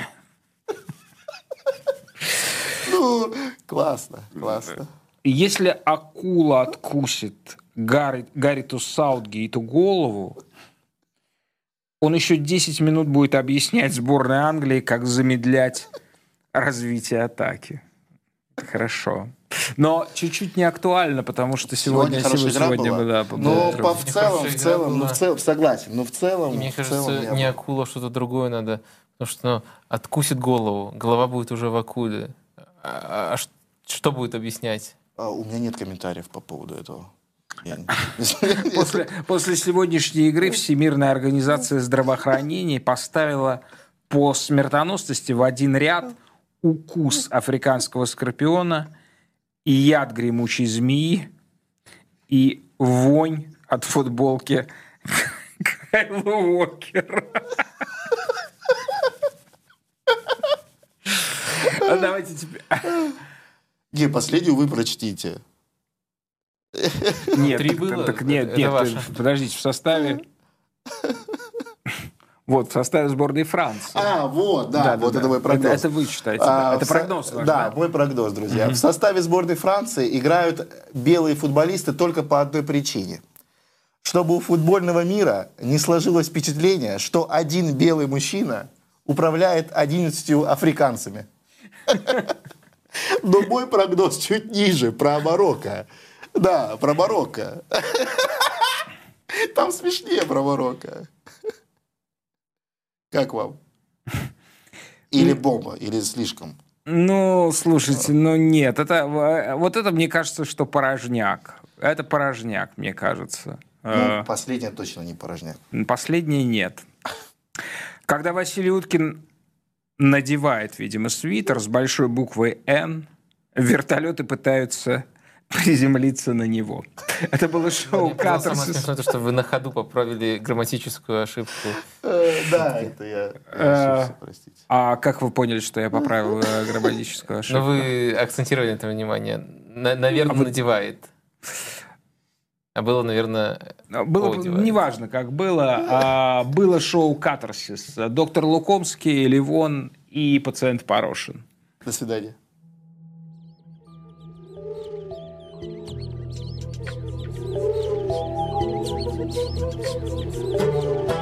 ну, классно, классно. И если акула откусит Гарри, Гарриту Саутгейту голову, он еще десять минут будет объяснять сборной Англии, как замедлять развитие атаки. Хорошо. Но чуть-чуть не актуально, потому что сегодня, Сегодня хорошая игра сегодня была. мы, да, Но да, по, в целом, Хорошая в игра целом, ну, была. в целом, согласен, но в целом, И мне в кажется, целом не я- акула, что-то другое надо. Потому что ну, откусит голову, голова будет уже в акуле. А, а ш- что будет объяснять? А, у меня нет комментариев по поводу этого. Я не- После, после сегодняшней игры Всемирная организация здравоохранения поставила по смертоносности в один ряд укус африканского скорпиона и яд гремучей змеи и вонь от футболки Кайла Уокера. А давайте теперь... Не, последнюю вы прочтите. Нет, Три так, было? так нет, Это нет, ваше. ты- подождите, в составе... Вот, в составе сборной Франции. А, вот, да, вот это мой прогноз. Это, это вы читаете. А, да. Это в со- прогноз ваш, Да, да? мой прогноз, друзья. В составе сборной Франции играют белые футболисты только по одной причине. Чтобы у футбольного мира не сложилось впечатление, что один белый мужчина управляет одиннадцатью африканцами. Но мой прогноз чуть ниже, про Марокко. Да, про Марокко. Там смешнее про Марокко. Как вам? Или бомба, или слишком? Ну, слушайте, ну нет, это, э, вот это мне кажется, что порожняк. Это порожняк, мне кажется. Ну, последнее точно не порожняк. Последнее нет. Когда Василий Уткин надевает, видимо, свитер с большой буквой «Н», вертолеты пытаются приземлиться на него. Это было шоу Мне казалось, самое «Катарсис». смешное, то, что вы на ходу поправили грамматическую ошибку. Э, Да, это я Э, ошибся, простите. А как вы поняли, что я поправил э, грамматическую Но ошибку? вы акцентировали на это внимание. На- наверное, надевает. А было, наверное... Было, О, девается. неважно, как было. А, было шоу «Катарсис». Доктор Лукомский, Ливон и пациент Порошин. До свидания. Thank you.